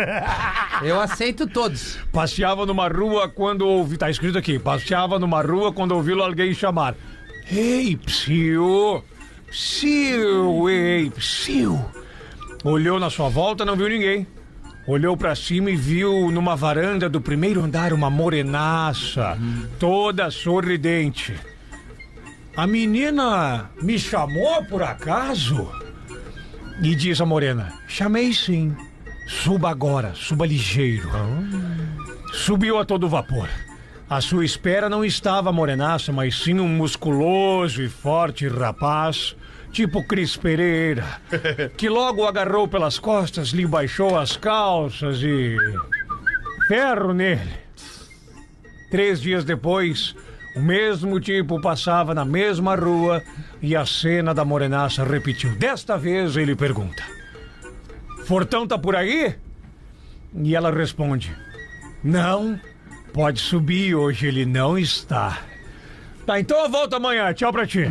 Eu aceito todos. numa rua quando ouvi... Tá escrito aqui. Passeava numa rua quando ouviu alguém chamar. Ei, psiu! Psiu! Ei, psiu! Olhou na sua volta, não viu ninguém. Olhou pra cima e viu numa varanda do primeiro andar uma morenaça, toda sorridente. A menina me chamou por acaso? E diz a morena: chamei sim. Suba agora, suba ligeiro. Subiu a todo vapor. À sua espera não estava a morenaça, mas sim um musculoso e forte rapaz, tipo Cris Pereira, que logo o agarrou pelas costas, lhe baixou as calças e... ferro nele. 3 dias depois, o mesmo tipo passava na mesma rua e a cena da morenaça repetiu. Desta vez ele pergunta: Fortão tá por aí? E ela responde: não, pode subir, hoje ele não está. Tá, então eu volto amanhã. Tchau pra ti.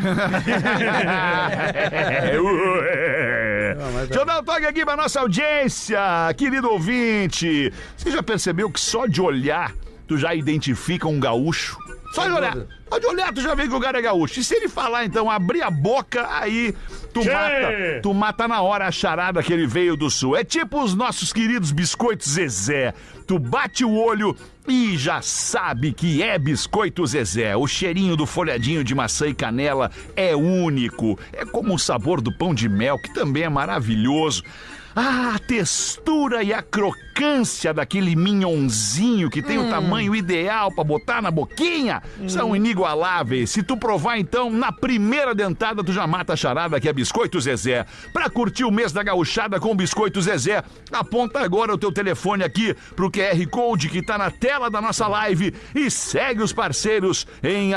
Deixa eu dar um toque aqui pra nossa audiência, querido ouvinte. Você já percebeu que só de olhar tu já identifica um gaúcho? Só de olhar. Só de olhar tu já vê que o cara é gaúcho. E se ele falar, então, abrir a boca, aí tu mata na hora a charada que ele veio do sul. É tipo os nossos queridos biscoitos Zezé. Tu bate o olho e já sabe que é Biscoito Zezé. O cheirinho do folhadinho de maçã e canela é único. É como o sabor do pão de mel, que também é maravilhoso. Ah, a textura e a crocância daquele mignonzinho que tem o tamanho ideal pra botar na boquinha são inigualáveis. Se tu provar, então, na primeira dentada, tu já mata a charada que é Biscoito Zezé. Pra curtir o mês da gauchada com Biscoito Zezé, aponta agora o teu telefone aqui pro QR Code que tá na tela da nossa live e segue os parceiros em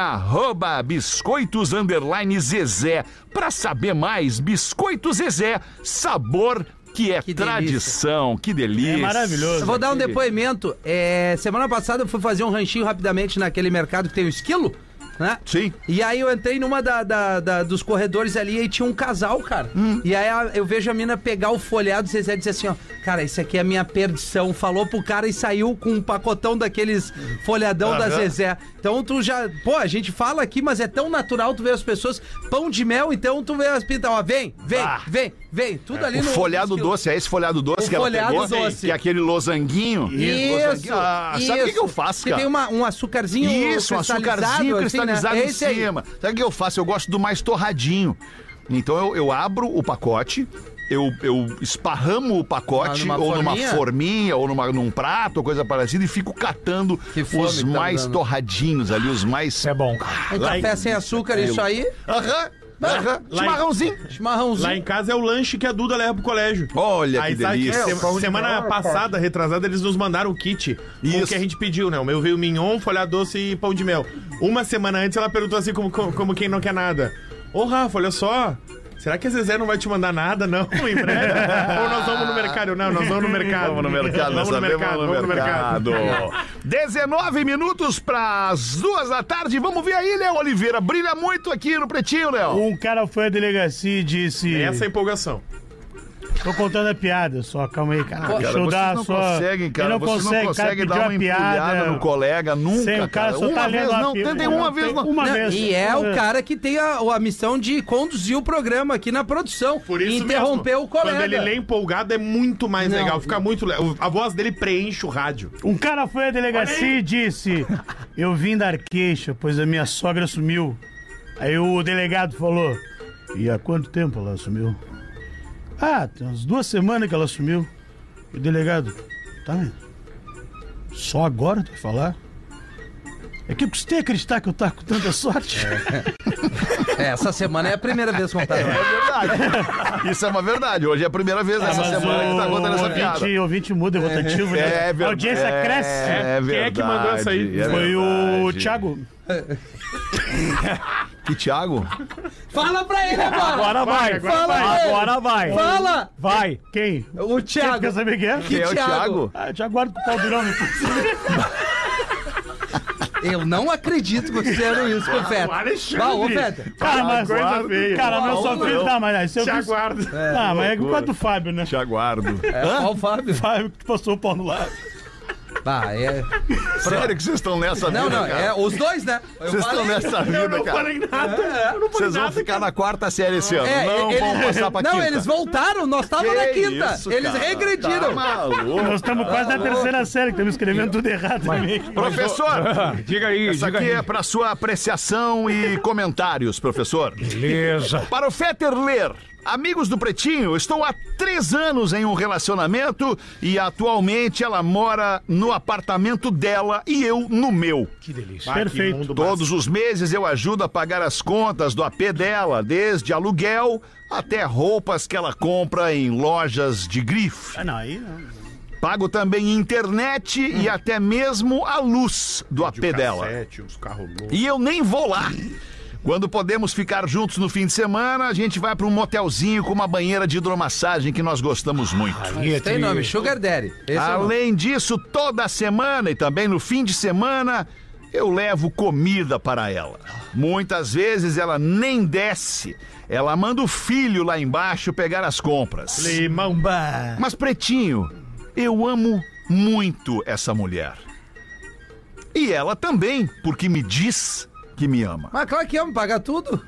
@biscoitos_Zezé. Pra saber mais, Biscoito Zezé, sabor que é Que tradição, que delícia. É maravilhoso. Eu vou dar um depoimento. Semana passada eu fui fazer um ranchinho rapidamente naquele mercado que tem o esquilo, né? Sim. E aí eu entrei numa dos corredores ali e tinha um casal, cara. E aí eu vejo a mina pegar o folhado e Zezé dizer assim, ó, cara, isso aqui é a minha perdição. Falou pro cara e saiu com um pacotão daqueles folhadão da Zezé. Então tu já... Pô, a gente fala aqui, mas é tão natural tu ver as pessoas... Pão de mel, então tu vê as pintas, ó, vem. Tudo ali O no... folhado esquilo. doce, é esse folhado doce O que ela folhado pegou? doce. Que é aquele losanguinho? Isso, Ah, sabe o que eu faço, que cara? tem um açucarzinho Isso, um açucarzinho cristalizado né? em cima. Sabe o que eu faço? Eu gosto do mais torradinho. Então eu abro o pacote, eu esparramo o pacote, Numa ou numa forminha? forminha, ou num prato, ou coisa parecida, e fico catando Que fome os que tá mais dando. torradinhos ali, os mais... É bom. Um café sem açúcar, isso aí. Aham. Chimarrãozinho. Chimarrãozinho. Lá em casa é o lanche que a Duda leva pro colégio. Olha Aí que sabe delícia. semana passada, retrasada, eles nos mandaram o kit com Isso. o que a gente pediu, né? O meu veio mignon, folhado doce e pão de mel. Uma semana antes ela perguntou assim como quem não quer nada. Ô Rafa, olha só, será que a Zezé não vai te mandar nada, não, em breve? Ou nós vamos no mercado? Não, nós vamos no mercado. Vamos no mercado, Vamos no mercado. 19 minutos pras 2 da tarde. Vamos ver aí, Léo Oliveira. Brilha muito aqui no Pretinho, Léo. Um cara foi à delegacia e disse... Essa é a empolgação. Tô contando a piada só, calma aí, cara. Cara, Deixa eu vocês dar não só. conseguem, cara. Ele Vocês não conseguem dar uma empulhada no colega nunca, Sim, o cara só uma tá vez lendo não, tentem uma vez não. Uma Não, vez. e é uma o vez. cara que tem a missão de conduzir o programa aqui na produção. Por isso interromper mesmo, o colega. Quando ele lê empolgado é muito mais Não. legal, fica muito legal. A voz dele preenche o rádio. Um cara foi à delegacia e disse: eu vim dar queixa, pois a minha sogra sumiu. Aí o delegado falou: e há quanto tempo ela sumiu? Ah, tem umas 2 semanas que ela sumiu. E o delegado: tá, mas só agora tu vai falar? É que eu custei acreditar que eu tava com tanta sorte. Essa semana é a primeira vez que É verdade. Isso é uma verdade. Hoje é a primeira vez nessa semana que tá contando essa piada. O ouvinte muda, é rotativo, né? verdade. A audiência cresce. É Quem é que mandou essa aí? verdade, Foi o verdade. Thiago. Que Thiago? Fala pra ele agora! Agora vai, Fala pra ele. agora vai. Fala! Vai. Quem? O Thiago. Quer saber quem é? Quem é o Thiago? Ah, eu te aguardo com o pau durão. Eu não acredito que vocês fizeram isso com o Feta. Bah, ô Feta. Cara, mas Aguardo. Cara, não só fiz. Não, mas isso eu Te fiz. aguardo. Ah, mas é quanto o Fábio, né? Te aguardo. Qual o Fábio? Fábio que passou o pau no lado. Bah, é... Sério que vocês estão nessa Não, vida, não, cara? é os dois, né? Eu Vocês estão falei. nessa vida, cara. nada. Vocês vão ficar na 4ª série esse ano. É, Não eles- vão passar pra Não, quinta. eles voltaram, nós estávamos na Que quinta. isso, Eles cara? regrediram. Tá maluco. Nós estamos quase na 3ª série, que estamos escrevendo tudo errado também. Professor, Diga aí, essa diga aqui aí. é para sua apreciação e comentários, professor. Beleza. Para o Fetter ler, amigos do Pretinho, estou há 3 anos em um relacionamento e atualmente ela mora no apartamento dela e eu no meu. Que delícia. Perfeito. Todos os meses eu ajudo a pagar as contas do AP dela, desde aluguel até roupas que ela compra em lojas de grife. Ah, não, aí não. Pago também internet e até mesmo a luz do AP dela. Os carros loucos. E eu nem vou lá. Quando podemos ficar juntos no fim de semana, a gente vai para um motelzinho com uma banheira de hidromassagem que nós gostamos muito. Tem nome, Sugar Daddy. Esse é o nome. Além disso, toda semana e também no fim de semana, eu levo comida para ela. Muitas vezes ela nem desce. Ela manda o filho lá embaixo pegar as compras. Limamba. Mas, Pretinho, eu amo muito essa mulher. E ela também, porque me diz que me ama. Mas claro que ama, pagar tudo.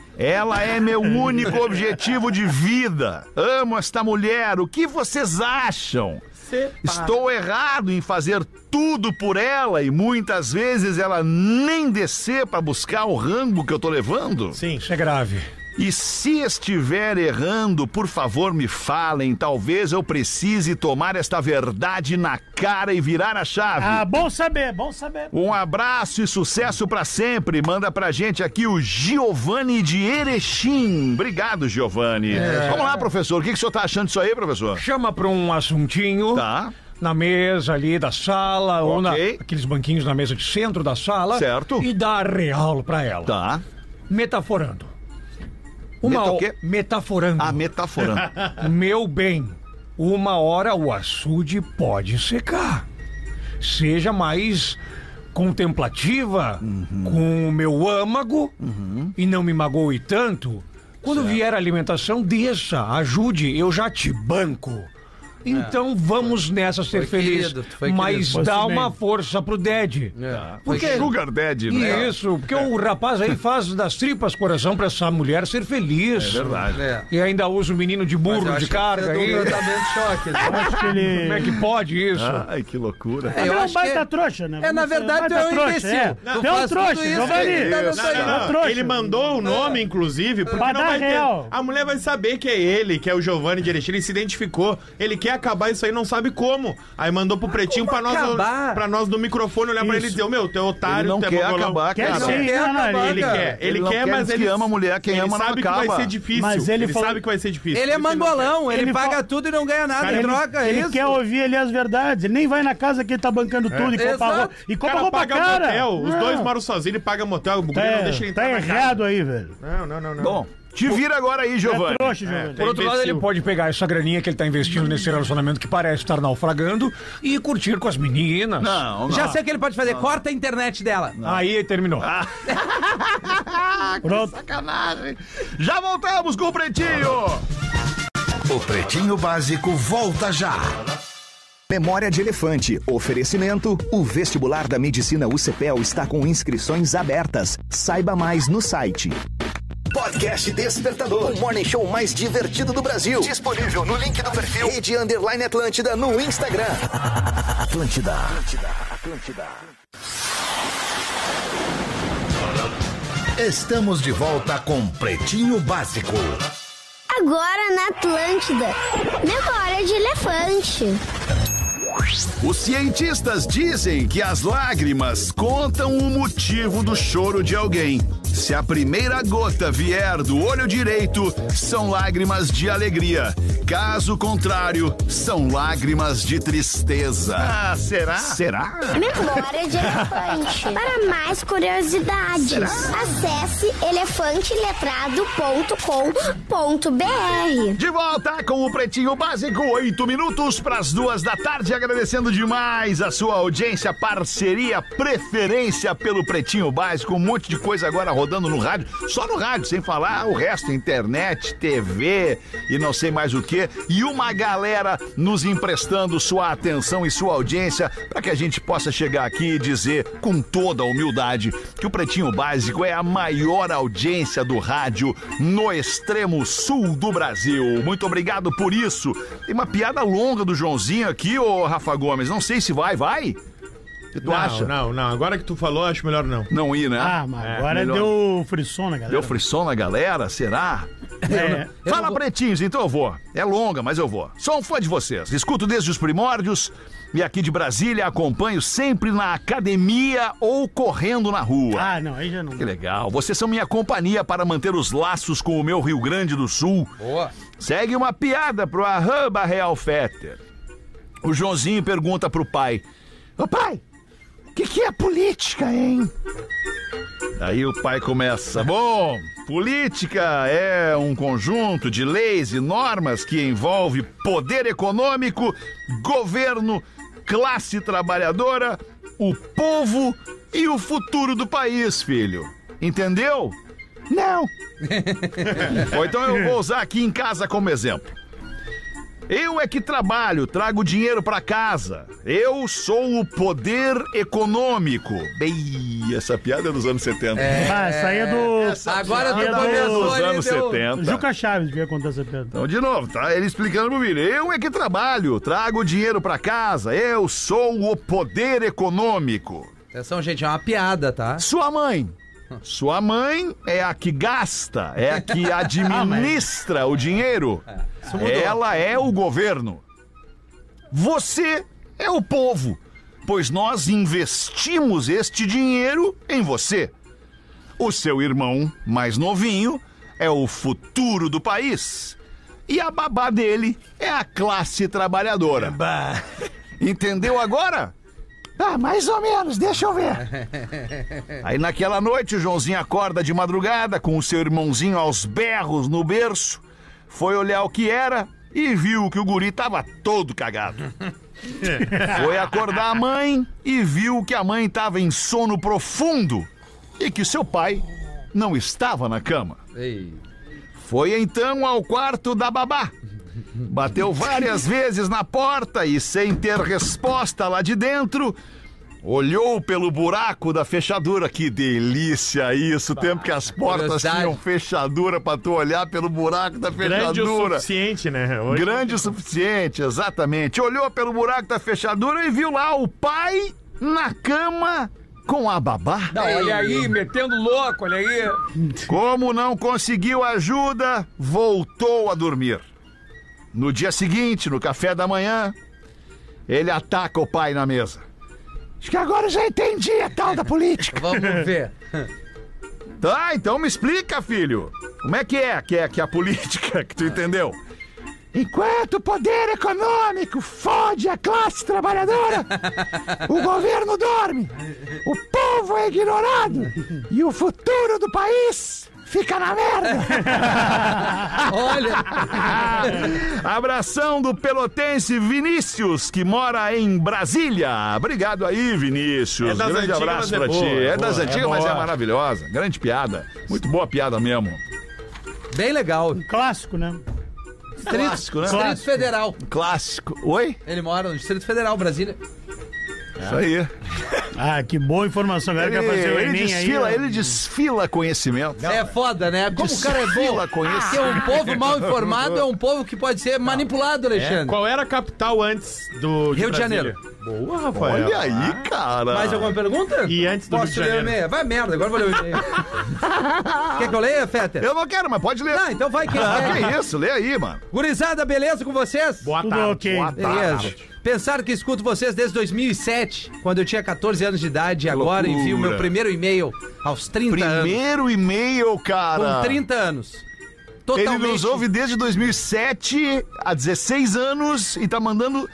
Ela é meu único objetivo de vida. Amo esta mulher. O que vocês acham? Estou errado em fazer tudo por ela e muitas vezes ela nem descer para buscar o rango que eu tô levando? Sim, isso é grave. E se estiver errando, por favor me falem. Talvez eu precise tomar esta verdade na cara e virar a chave. Ah, bom saber, bom saber. Um abraço e sucesso pra sempre. Manda pra gente aqui o Giovanni de Erechim. Obrigado, Giovanni. Vamos lá, professor. O que o senhor tá achando disso aí, professor? Chama pra um assuntinho. Tá, Na mesa ali da sala, ou Ok. naqueles banquinhos na mesa de centro da sala. Certo. E dá real pra ela. tá. Metaforando. Meta o quê? Metaforando. Ah, metaforando. Meu bem, uma hora o açude pode secar. Seja mais contemplativa com o meu âmago e não me magoe tanto. Quando vier a alimentação, desça, ajude, eu já te banco. Então vamos nessa ser feliz. querido, tu foi Mas querido. dá Fosse uma bem. força pro Ded. Porque Sugar Daddy, né? isso, porque o rapaz aí faz das tripas coração pra essa mulher ser feliz. É verdade. É. E ainda usa o menino de Mas eu burro acho de que carga precisa aí. de um tratamento de choque. né? Acho que ele. Como é que pode isso? Ai, que loucura. É, eu é um acho baita que trouxa, né? É, na Vamos ser verdade, tu é um baita imbecil. trouxa, é. Tu Tu é um faz tudo trouxa, isso Giovanni. aí, tá Isso. aí. Não, trouxa. Ele mandou o nome, inclusive, porque Pra não dar vai ter. real. A mulher vai saber que é ele, que é o Giovanni de Erechim, ele se identificou. Ele quer acabar isso aí, não sabe como. Aí mandou pro Pretinho pra nós, acabar? pra nós no microfone olhar pra ele e Isso. dizer, meu, tu é otário, Ele não tu é quer mongolão. acabar, Quer cara. sim, quer não, não, acabar, Ele cara. quer, Ele não quer, mas diz ele que ama a mulher, quem ele ama não sabe que acaba. vai ser difícil. Mas ele falou- sabe que vai ser difícil. Ele é Por isso não mangolão, ele Ele paga fala- tudo e não ganha nada Cara, em ele, troca, é ele isso? quer ouvir ali as verdades. Ele nem vai na casa que ele tá bancando tudo e compra Exato. roupa. E quer. O compra cara roupa paga cara. motel, os Não. dois moram sozinhos, ele paga motel, o guri Tá, não deixa ele entrar tá na casa. errado aí, velho. Não. Bom, te vira agora aí, É Giovanni. trouxa, Giovanni. Por outro lado, imbecil. ele pode pegar essa graninha que ele tá investindo nesse relacionamento que parece estar naufragando e curtir com as meninas. Não, Já sei o que ele pode fazer, corta a internet dela. Aí terminou. Pronto. Sacanagem. Já voltamos com o Pretinho. O Pretinho Básico volta já. Memória de Elefante. Oferecimento. O vestibular da Medicina UCPEL está com inscrições abertas. Saiba mais no site. Podcast Despertador. O morning show mais divertido do Brasil. Disponível no link do perfil Rede_Atlântida no Instagram. Atlântida. Estamos de volta com Pretinho Básico. Agora na Atlântida. Memória de Elefante. Os cientistas dizem que as lágrimas contam o motivo do choro de alguém. Se a primeira gota vier do olho direito, são lágrimas de alegria. Caso contrário, são lágrimas de tristeza. Ah, será? Será? Memória de Elefante. Para mais curiosidades, acesse elefanteletrado.com.br. De volta com o Pretinho Básico, 8 minutos para as 2:00, agradecendo demais a sua audiência, parceria, preferência pelo Pretinho Básico, um monte de coisa agora rodando no rádio, só no rádio, sem falar o resto, internet, TV e não sei mais o que, e uma galera nos emprestando sua atenção e sua audiência para que a gente possa chegar aqui e dizer com toda a humildade que o Pretinho Básico é a maior audiência do rádio no extremo sul do Brasil. Muito obrigado por isso. Tem uma piada longa do Joãozinho aqui, ô Rafa Gomes, não sei se vai? O que tu acha? Não. Agora que tu falou, acho melhor não. Não ir, né? Ah, mas agora deu frisson na galera. Deu frisson na galera? Será? Fala, pretinhos, então eu vou. É longa, mas eu vou. Sou um fã de vocês. Escuto desde os primórdios e aqui de Brasília acompanho sempre na academia ou correndo na rua. Ah, não, aí já não. Que legal. Vocês são minha companhia para manter os laços com o meu Rio Grande do Sul. Boa. Segue uma piada pro @RealFetter. O Joãozinho pergunta pro pai: ô pai, o que é política, hein? Aí o pai começa: bom, política é um conjunto de leis e normas que envolve poder econômico, governo, classe trabalhadora, o povo e o futuro do país, filho. Entendeu? Não. Ou então eu vou usar aqui em casa como exemplo. Eu é que trabalho, trago dinheiro pra casa. Eu sou o poder econômico. Bem, essa piada é dos anos 70. Essa aí é do... Agora tu é começou dos ali, anos deu... 70. Juca Chaves devia contar essa piada. Então, de novo, tá? Ele explicando pro filho. Eu é que trabalho, trago dinheiro pra casa. Eu sou o poder econômico. Atenção, gente, é uma piada, tá? Sua mãe é a que gasta, é a que administra o dinheiro. Ela é o governo. Você é o povo, pois nós investimos este dinheiro em você. O seu irmão mais novinho é o futuro do país. E a babá dele é a classe trabalhadora. Entendeu agora? Ah, mais ou menos, deixa eu ver. Aí naquela noite o Joãozinho acorda de madrugada com o seu irmãozinho aos berros no berço, foi olhar o que era e viu que o guri tava todo cagado. Foi acordar a mãe e viu que a mãe tava em sono profundo e que seu pai não estava na cama. Ei. Foi então ao quarto da babá. Bateu várias vezes na porta e, sem ter resposta lá de dentro, olhou pelo buraco da fechadura. Que delícia isso, tempo que as portas tinham fechadura pra tu olhar pelo buraco da fechadura. Grande o suficiente, né? Hoje... Grande o suficiente, exatamente. Olhou pelo buraco da fechadura e viu lá o pai na cama com a babá. Não, olha aí, metendo louco, olha aí. Como não conseguiu ajuda, voltou a dormir. No dia seguinte, no café da manhã, ele ataca o pai na mesa. Acho que agora eu já entendi a tal da política. Vamos ver. Tá, então me explica, filho. Como é que a política que tu entendeu? Enquanto o poder econômico fode a classe trabalhadora, o governo dorme, o povo é ignorado e o futuro do país fica na merda. Olha. Abração do pelotense Vinícius, que mora em Brasília. Obrigado aí, Vinícius. Grande abraço pra ti. É das antigas, mas é maravilhosa. Grande piada. Muito boa piada mesmo. Bem legal. Clássico, né? Clássico, né? Distrito Federal. Clássico. Oi? Ele mora no Distrito Federal, Brasília. Isso aí. Ah, que boa informação. Galera, quer fazer o Enem aí. Ele desfila conhecimento. É foda, né? Como o cara é bom. Desfila conhecimento. Porque um povo mal informado é um povo que pode ser manipulado, Alexandre. Qual era a capital antes do Rio de Janeiro. Boa, Rafael. Olha aí, cara. Mais alguma pergunta? E antes do Posso Rio de ler o Janeiro? e-mail? Vai merda, agora vou ler o e-mail. Quer que eu leia, Fetter? Eu não quero, mas pode ler. Não, então vai quem quer. Que isso? Lê aí, mano. Gurizada, beleza com vocês? Boa Tudo tarde. ok. Boa Beleza. tarde. Pensaram que escuto vocês desde 2007, quando eu tinha 14 anos de idade, e agora loucura. envio meu primeiro e-mail aos 30 anos. Primeiro e-mail, cara. Com 30 anos. Ele Totalmente. nos ouve desde 2007, há 16 anos, e tá mandando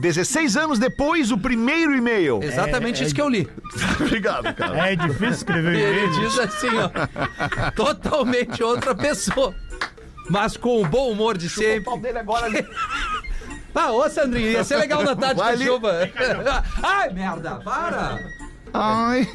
16 anos depois o primeiro e-mail. Exatamente isso que eu li. Obrigado, cara. É difícil escrever E ele e-mail. diz assim, ó. Totalmente outra pessoa. Mas com o bom humor de sempre. dele agora ali. Ah, ô Sandrinho, ia ser legal na tarde Vai da ali. chuva. Ai, merda, para. Ai,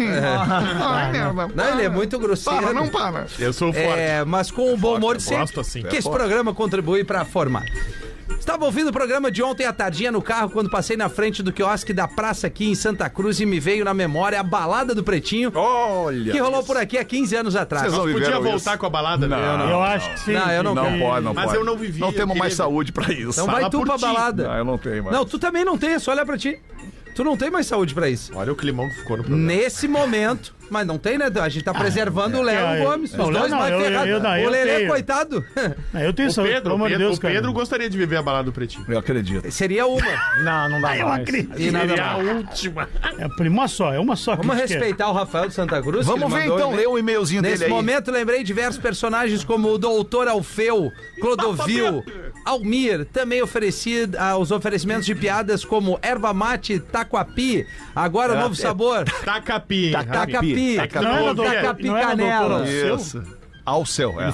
ai, merda. Não, ele é muito grosseiro. Para, não para. Eu sou forte. É, mas com o bom humor de sempre. gosto assim. Que esse programa contribui pra formar. Estava ouvindo o programa de ontem à tardinha no carro quando passei na frente do quiosque da praça aqui em Santa Cruz e me veio na memória a balada do Pretinho Olha. que rolou por aqui há 15 anos atrás. Vocês não Podia viveram voltar isso? com a balada, né? Eu acho que sim. Não, eu não Não quero. pode, não Mas pode. eu não vivi, Não eu temos mais queria- saúde pra isso. Então vai Fala tu por pra ti. balada. Não, eu não tenho mais. Não, tu também não tem, é só olhar pra ti. Tu não tem mais saúde pra isso. Olha o climão que ficou no programa. Nesse momento, mas não tem, né? A gente tá preservando o Léo É, Gomes. não, Os dois não, mais eu- ferrados. eu- não, O eu Lelê, tenho. coitado. Não, eu tenho O saúde, Pedro, pelo amor de Deus, o cara. Pedro gostaria de viver a balada do Pretinho. Eu acredito. Seria uma. Não, não dá Eu mais. acredito. E nada Seria a mais. última. É uma só, é uma só. que Vamos a gente quer. respeitar o Rafael de Santa Cruz. que Vamos ele ver mandou então, um lê e-mail. o e-mailzinho Nesse dele aí. momento, lembrei diversos personagens como o Doutor Alfeu, Clodovil, Almir, também oferecido aos oferecimentos de piadas como erva mate, taquapi, agora novo sabor, Tacapi. tacapi, Não era doutor- tacapi não era canela. doutor Isso. Ao céu, é.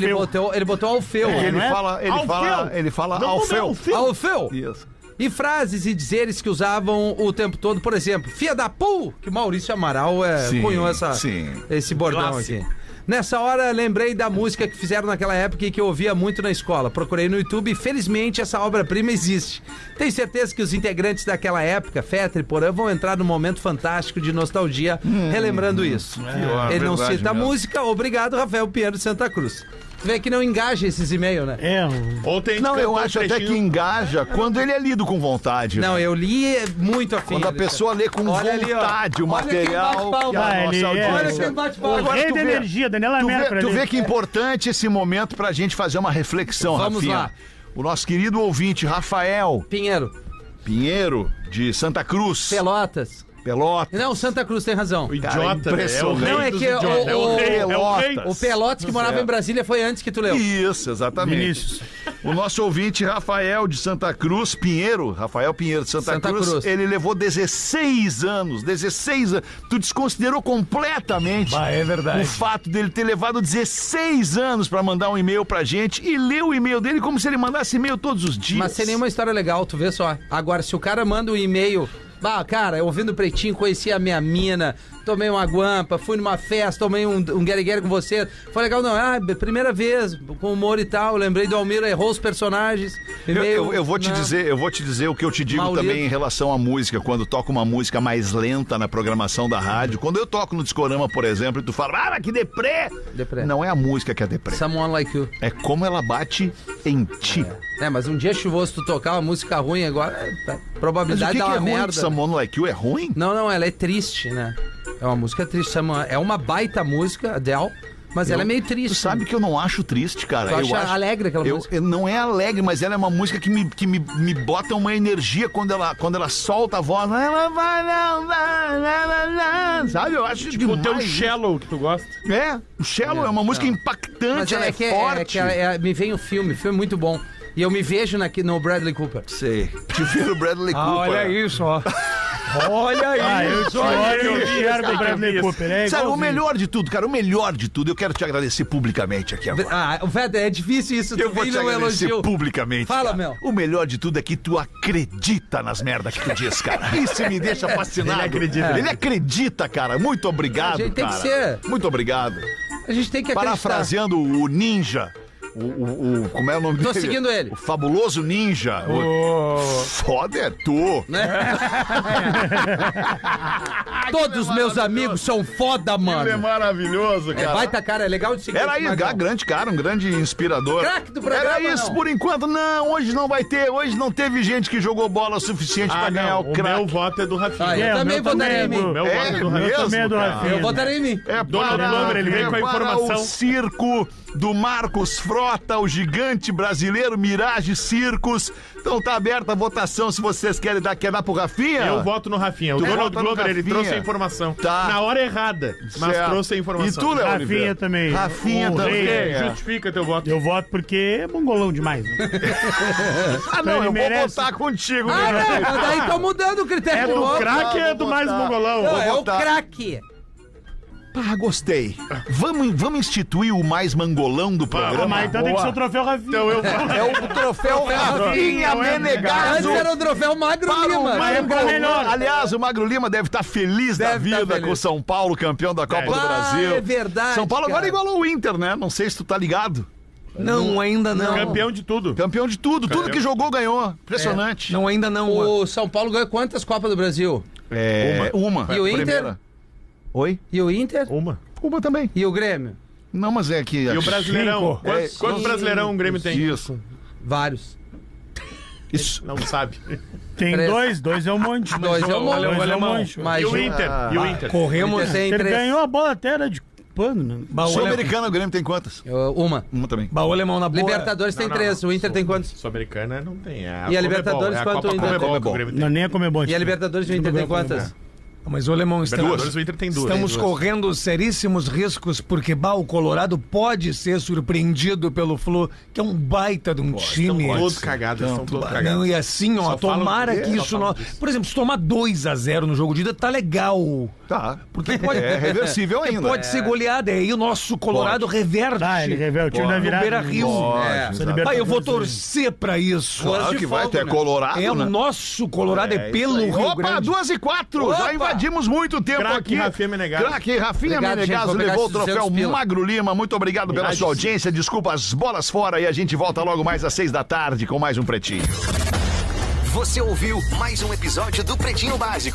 Ele botou Alfeu. Ele não é? fala, ele fala Alfeu. Alfeu. Isso. E frases e dizeres que usavam o tempo todo, por exemplo, fia da pu, que Maurício Amaral Sim, cunhou sim. esse bordão Clássico. aqui. Nessa hora, lembrei da música que fizeram naquela época e que eu ouvia muito na escola. Procurei no YouTube e, felizmente, essa obra-prima existe. Tenho certeza que os integrantes daquela época, Fetter e Porã, vão entrar num momento fantástico de nostalgia, relembrando isso. Ele não verdade cita a mesmo. música. Obrigado, Rafael Pinheiro de Santa Cruz. Tu vê que não engaja esses e-mails, né? É, Ontem a gente Não, eu cantou acho um até que trechinho. engaja quando ele é lido com vontade. Não, né? eu li muito afim. Quando a pessoa lê com Olha ali, ó. vontade o Olha quem material bate palma. que a Ah, nossa ele é. Olha audiência... quem bate o palma. Agora rei tu da vê- energia, Daniela Mercury. Tu ali. vê que é importante esse momento pra gente fazer uma reflexão, Vamos Rafinha. lá. O nosso querido ouvinte, Rafael Pinheiro, Pinheiro, de Santa Cruz, Pelotas. Pelotas. Não, Santa Cruz tem razão. O idiota, né? É o impressionante. rei Não, é dos que idiotas. É o rei, é o rei. O Pelotas que morava em Brasília foi antes que tu leu. Isso, exatamente. Vinícius. O nosso ouvinte, Rafael de Santa Cruz, Pinheiro, Rafael Pinheiro de Santa Santa Cruz, Cruz. ele levou 16 anos, 16 anos. Tu desconsiderou completamente É verdade. o fato dele ter levado 16 anos pra mandar um e-mail pra gente e ler o e-mail dele como se ele mandasse e-mail todos os dias. Mas sem nenhuma história legal, tu vê só. Agora, se o cara manda um e-mail... Ah, cara, eu ouvindo o Pretinho, conheci a minha mina, tomei uma guampa, fui numa festa, tomei um guerigueiro com você. Foi legal, não? Ah, primeira vez, com humor e tal. Lembrei do Almir, errou os personagens. E-mail, Eu vou te né? dizer o que eu te digo Mal também lido. em relação à música, quando toca uma música mais lenta na programação da rádio. Quando eu toco no Discorama, por exemplo, e tu fala, mas que deprê! Deprê. Não é a música que é deprê. Someone Like You. É como ela bate em ti. É, mas um dia chuvoso tu tocar uma música ruim agora, a Mas o probabilidade que, dá que uma é ruim merda. de Someone Like You? É ruim? Não, ela é triste, né? É uma música triste. É uma baita música, Adele, mas ela é meio triste. Tu sabe que eu não acho triste, cara. Tu acha alegre aquela música? Não é alegre, mas ela é uma música que me bota uma energia quando ela solta a voz. Ela vai, sabe? Eu acho Tipo o teu demais. Shallow que tu gosta. É, o Shallow é uma música impactante, Mas ela é, forte. me vem o filme muito bom. E eu me vejo no Bradley Cooper. Sei. Te ver o Bradley Cooper. Olha isso, ó. Olha Eu isso. te olho e eu quero do Bradley Cooper. É Sabe, o igualzinho. melhor de tudo, cara, o melhor de tudo, eu quero te agradecer publicamente aqui agora. Ah, Fede, é difícil isso. Eu Tu vou vem te no agradecer elogio. publicamente. Fala, cara. meu. O melhor de tudo é que tu acredita nas merdas que tu diz, cara. Isso me deixa fascinado. Ele acredita. Ele acredita, cara. Muito obrigado, A gente tem cara. que ser. Muito obrigado. A gente tem que acreditar. Parafraseando o Ninja, Como é o nome dele? Tô seguindo ele. O fabuloso ninja. Foda é tu. Todos meus amigos são foda, Ele é mano. maravilhoso, cara. Baita cara, é legal de seguir. Era esse isso, Magrão. grande cara, um grande inspirador. Craque do programa, Era isso não. por enquanto. Não, hoje não vai ter. Hoje não teve gente que jogou bola o suficiente pra ganhar o meu craque. voto é do Rafinha. Ah, eu também votaria em mim. Meu voto é do Rafinha. mesmo, também é do cara? Rafinha. Eu votaria em mim. É Dono para, do número, ele veio é com a para informação. o circo do Marcos Frota, o gigante brasileiro Mirage Circos. Então tá aberta a votação se vocês querem dar. Quer dar pro Rafinha? Eu voto no Rafinha. O Tu Donald vota no Glover, ele Rafinha. trouxe a informação. Tá. Na hora errada, mas Certo. trouxe a informação. E tu, Léo Rafinha Oliveira? também. Rafinha O também. rei. É. Justifica teu voto. Eu voto porque é mongolão demais. Né? Ah, não, Ele eu merece. vou votar contigo. Ah, né? não, daí tô mudando o critério. É de do voto. craque é do mais mongolão. Não, é o votar. craque. Ah, gostei. Vamos instituir o mais mangolão do programa? Mas então tem que ser o troféu Rafinha. Então eu voto. É o troféu Rafinha Não é Menegaso. Antes era o troféu Magro Para o Lima. Mas é pra melhor. Aliás, o Magro Lima deve estar feliz da Deve tá vida feliz. com o São Paulo, campeão da Copa do Ah, Brasil. é verdade, São Paulo agora cara. igualou o Inter, né? Não sei se tu tá ligado. Não, ainda não. Campeão de tudo. Campeão de tudo. Tudo que jogou ganhou. Impressionante. Não, ainda não. O São Paulo ganhou quantas Copas do Brasil? Uma. E o Inter? Primeira. Oi? E o Inter? Uma. Uma também. E o Grêmio? Não, mas é que... E o Brasileirão? Cinco. Quantos Brasileirão o Grêmio tem? Isso. Vários. Isso. Não sabe. Tem Três. dois é um monte. Dois é um monte. Dois é um monte. Mas E o Inter? E o Inter? Corremos. Inter tem Ele três. ganhou a bola até era de pano, né? Sul-Americano, o Grêmio tem quantas? Uma. Uma também. Baú alemão na boa. Libertadores tem Não, três. não. O Inter tem quantos? Sul-Americana não tem. E a Comebol, Libertadores, é a quanto Copa o Inter Comebol tem? que o Grêmio tem. Não, nem a Comebol. E a Libertadores do Inter tem quantas? Mas o alemão Libertadores, o Inter tem duas. Estamos Tem duas. correndo seríssimos riscos porque o Colorado pode ser surpreendido pelo Flu, que é um baita de um time. Estão todos cagados, estão todos cagados. Não, e assim, ó, Só falam tomara disso, que só isso falam não. disso. Por exemplo, se tomar 2-0 no jogo de ida, tá legal. Tá. Porque pode, É reversível ainda. pode ser goleada. Aí o nosso Colorado reverte. Tá, ele revela o time da no virada. Beira Rio. É. Essa Ah, Libertadores, eu vou torcer pra isso. Claro que vai, tu é colorado, É né? o nosso Colorado, é pelo Isso aí. Rio Opa, Grande. 2h04. Já Opa! invadimos muito tempo Craque aqui. Rafinha Menegaso. Craque Rafinha Obrigado, gente. Menegaso Vou pegar levou o esses troféu 200 pila. Magro Lima. Muito obrigado pela sua audiência. Desculpa as bolas fora e a gente volta logo mais às 6 da tarde com mais um Pretinho. Você ouviu mais um episódio do Pretinho Básico.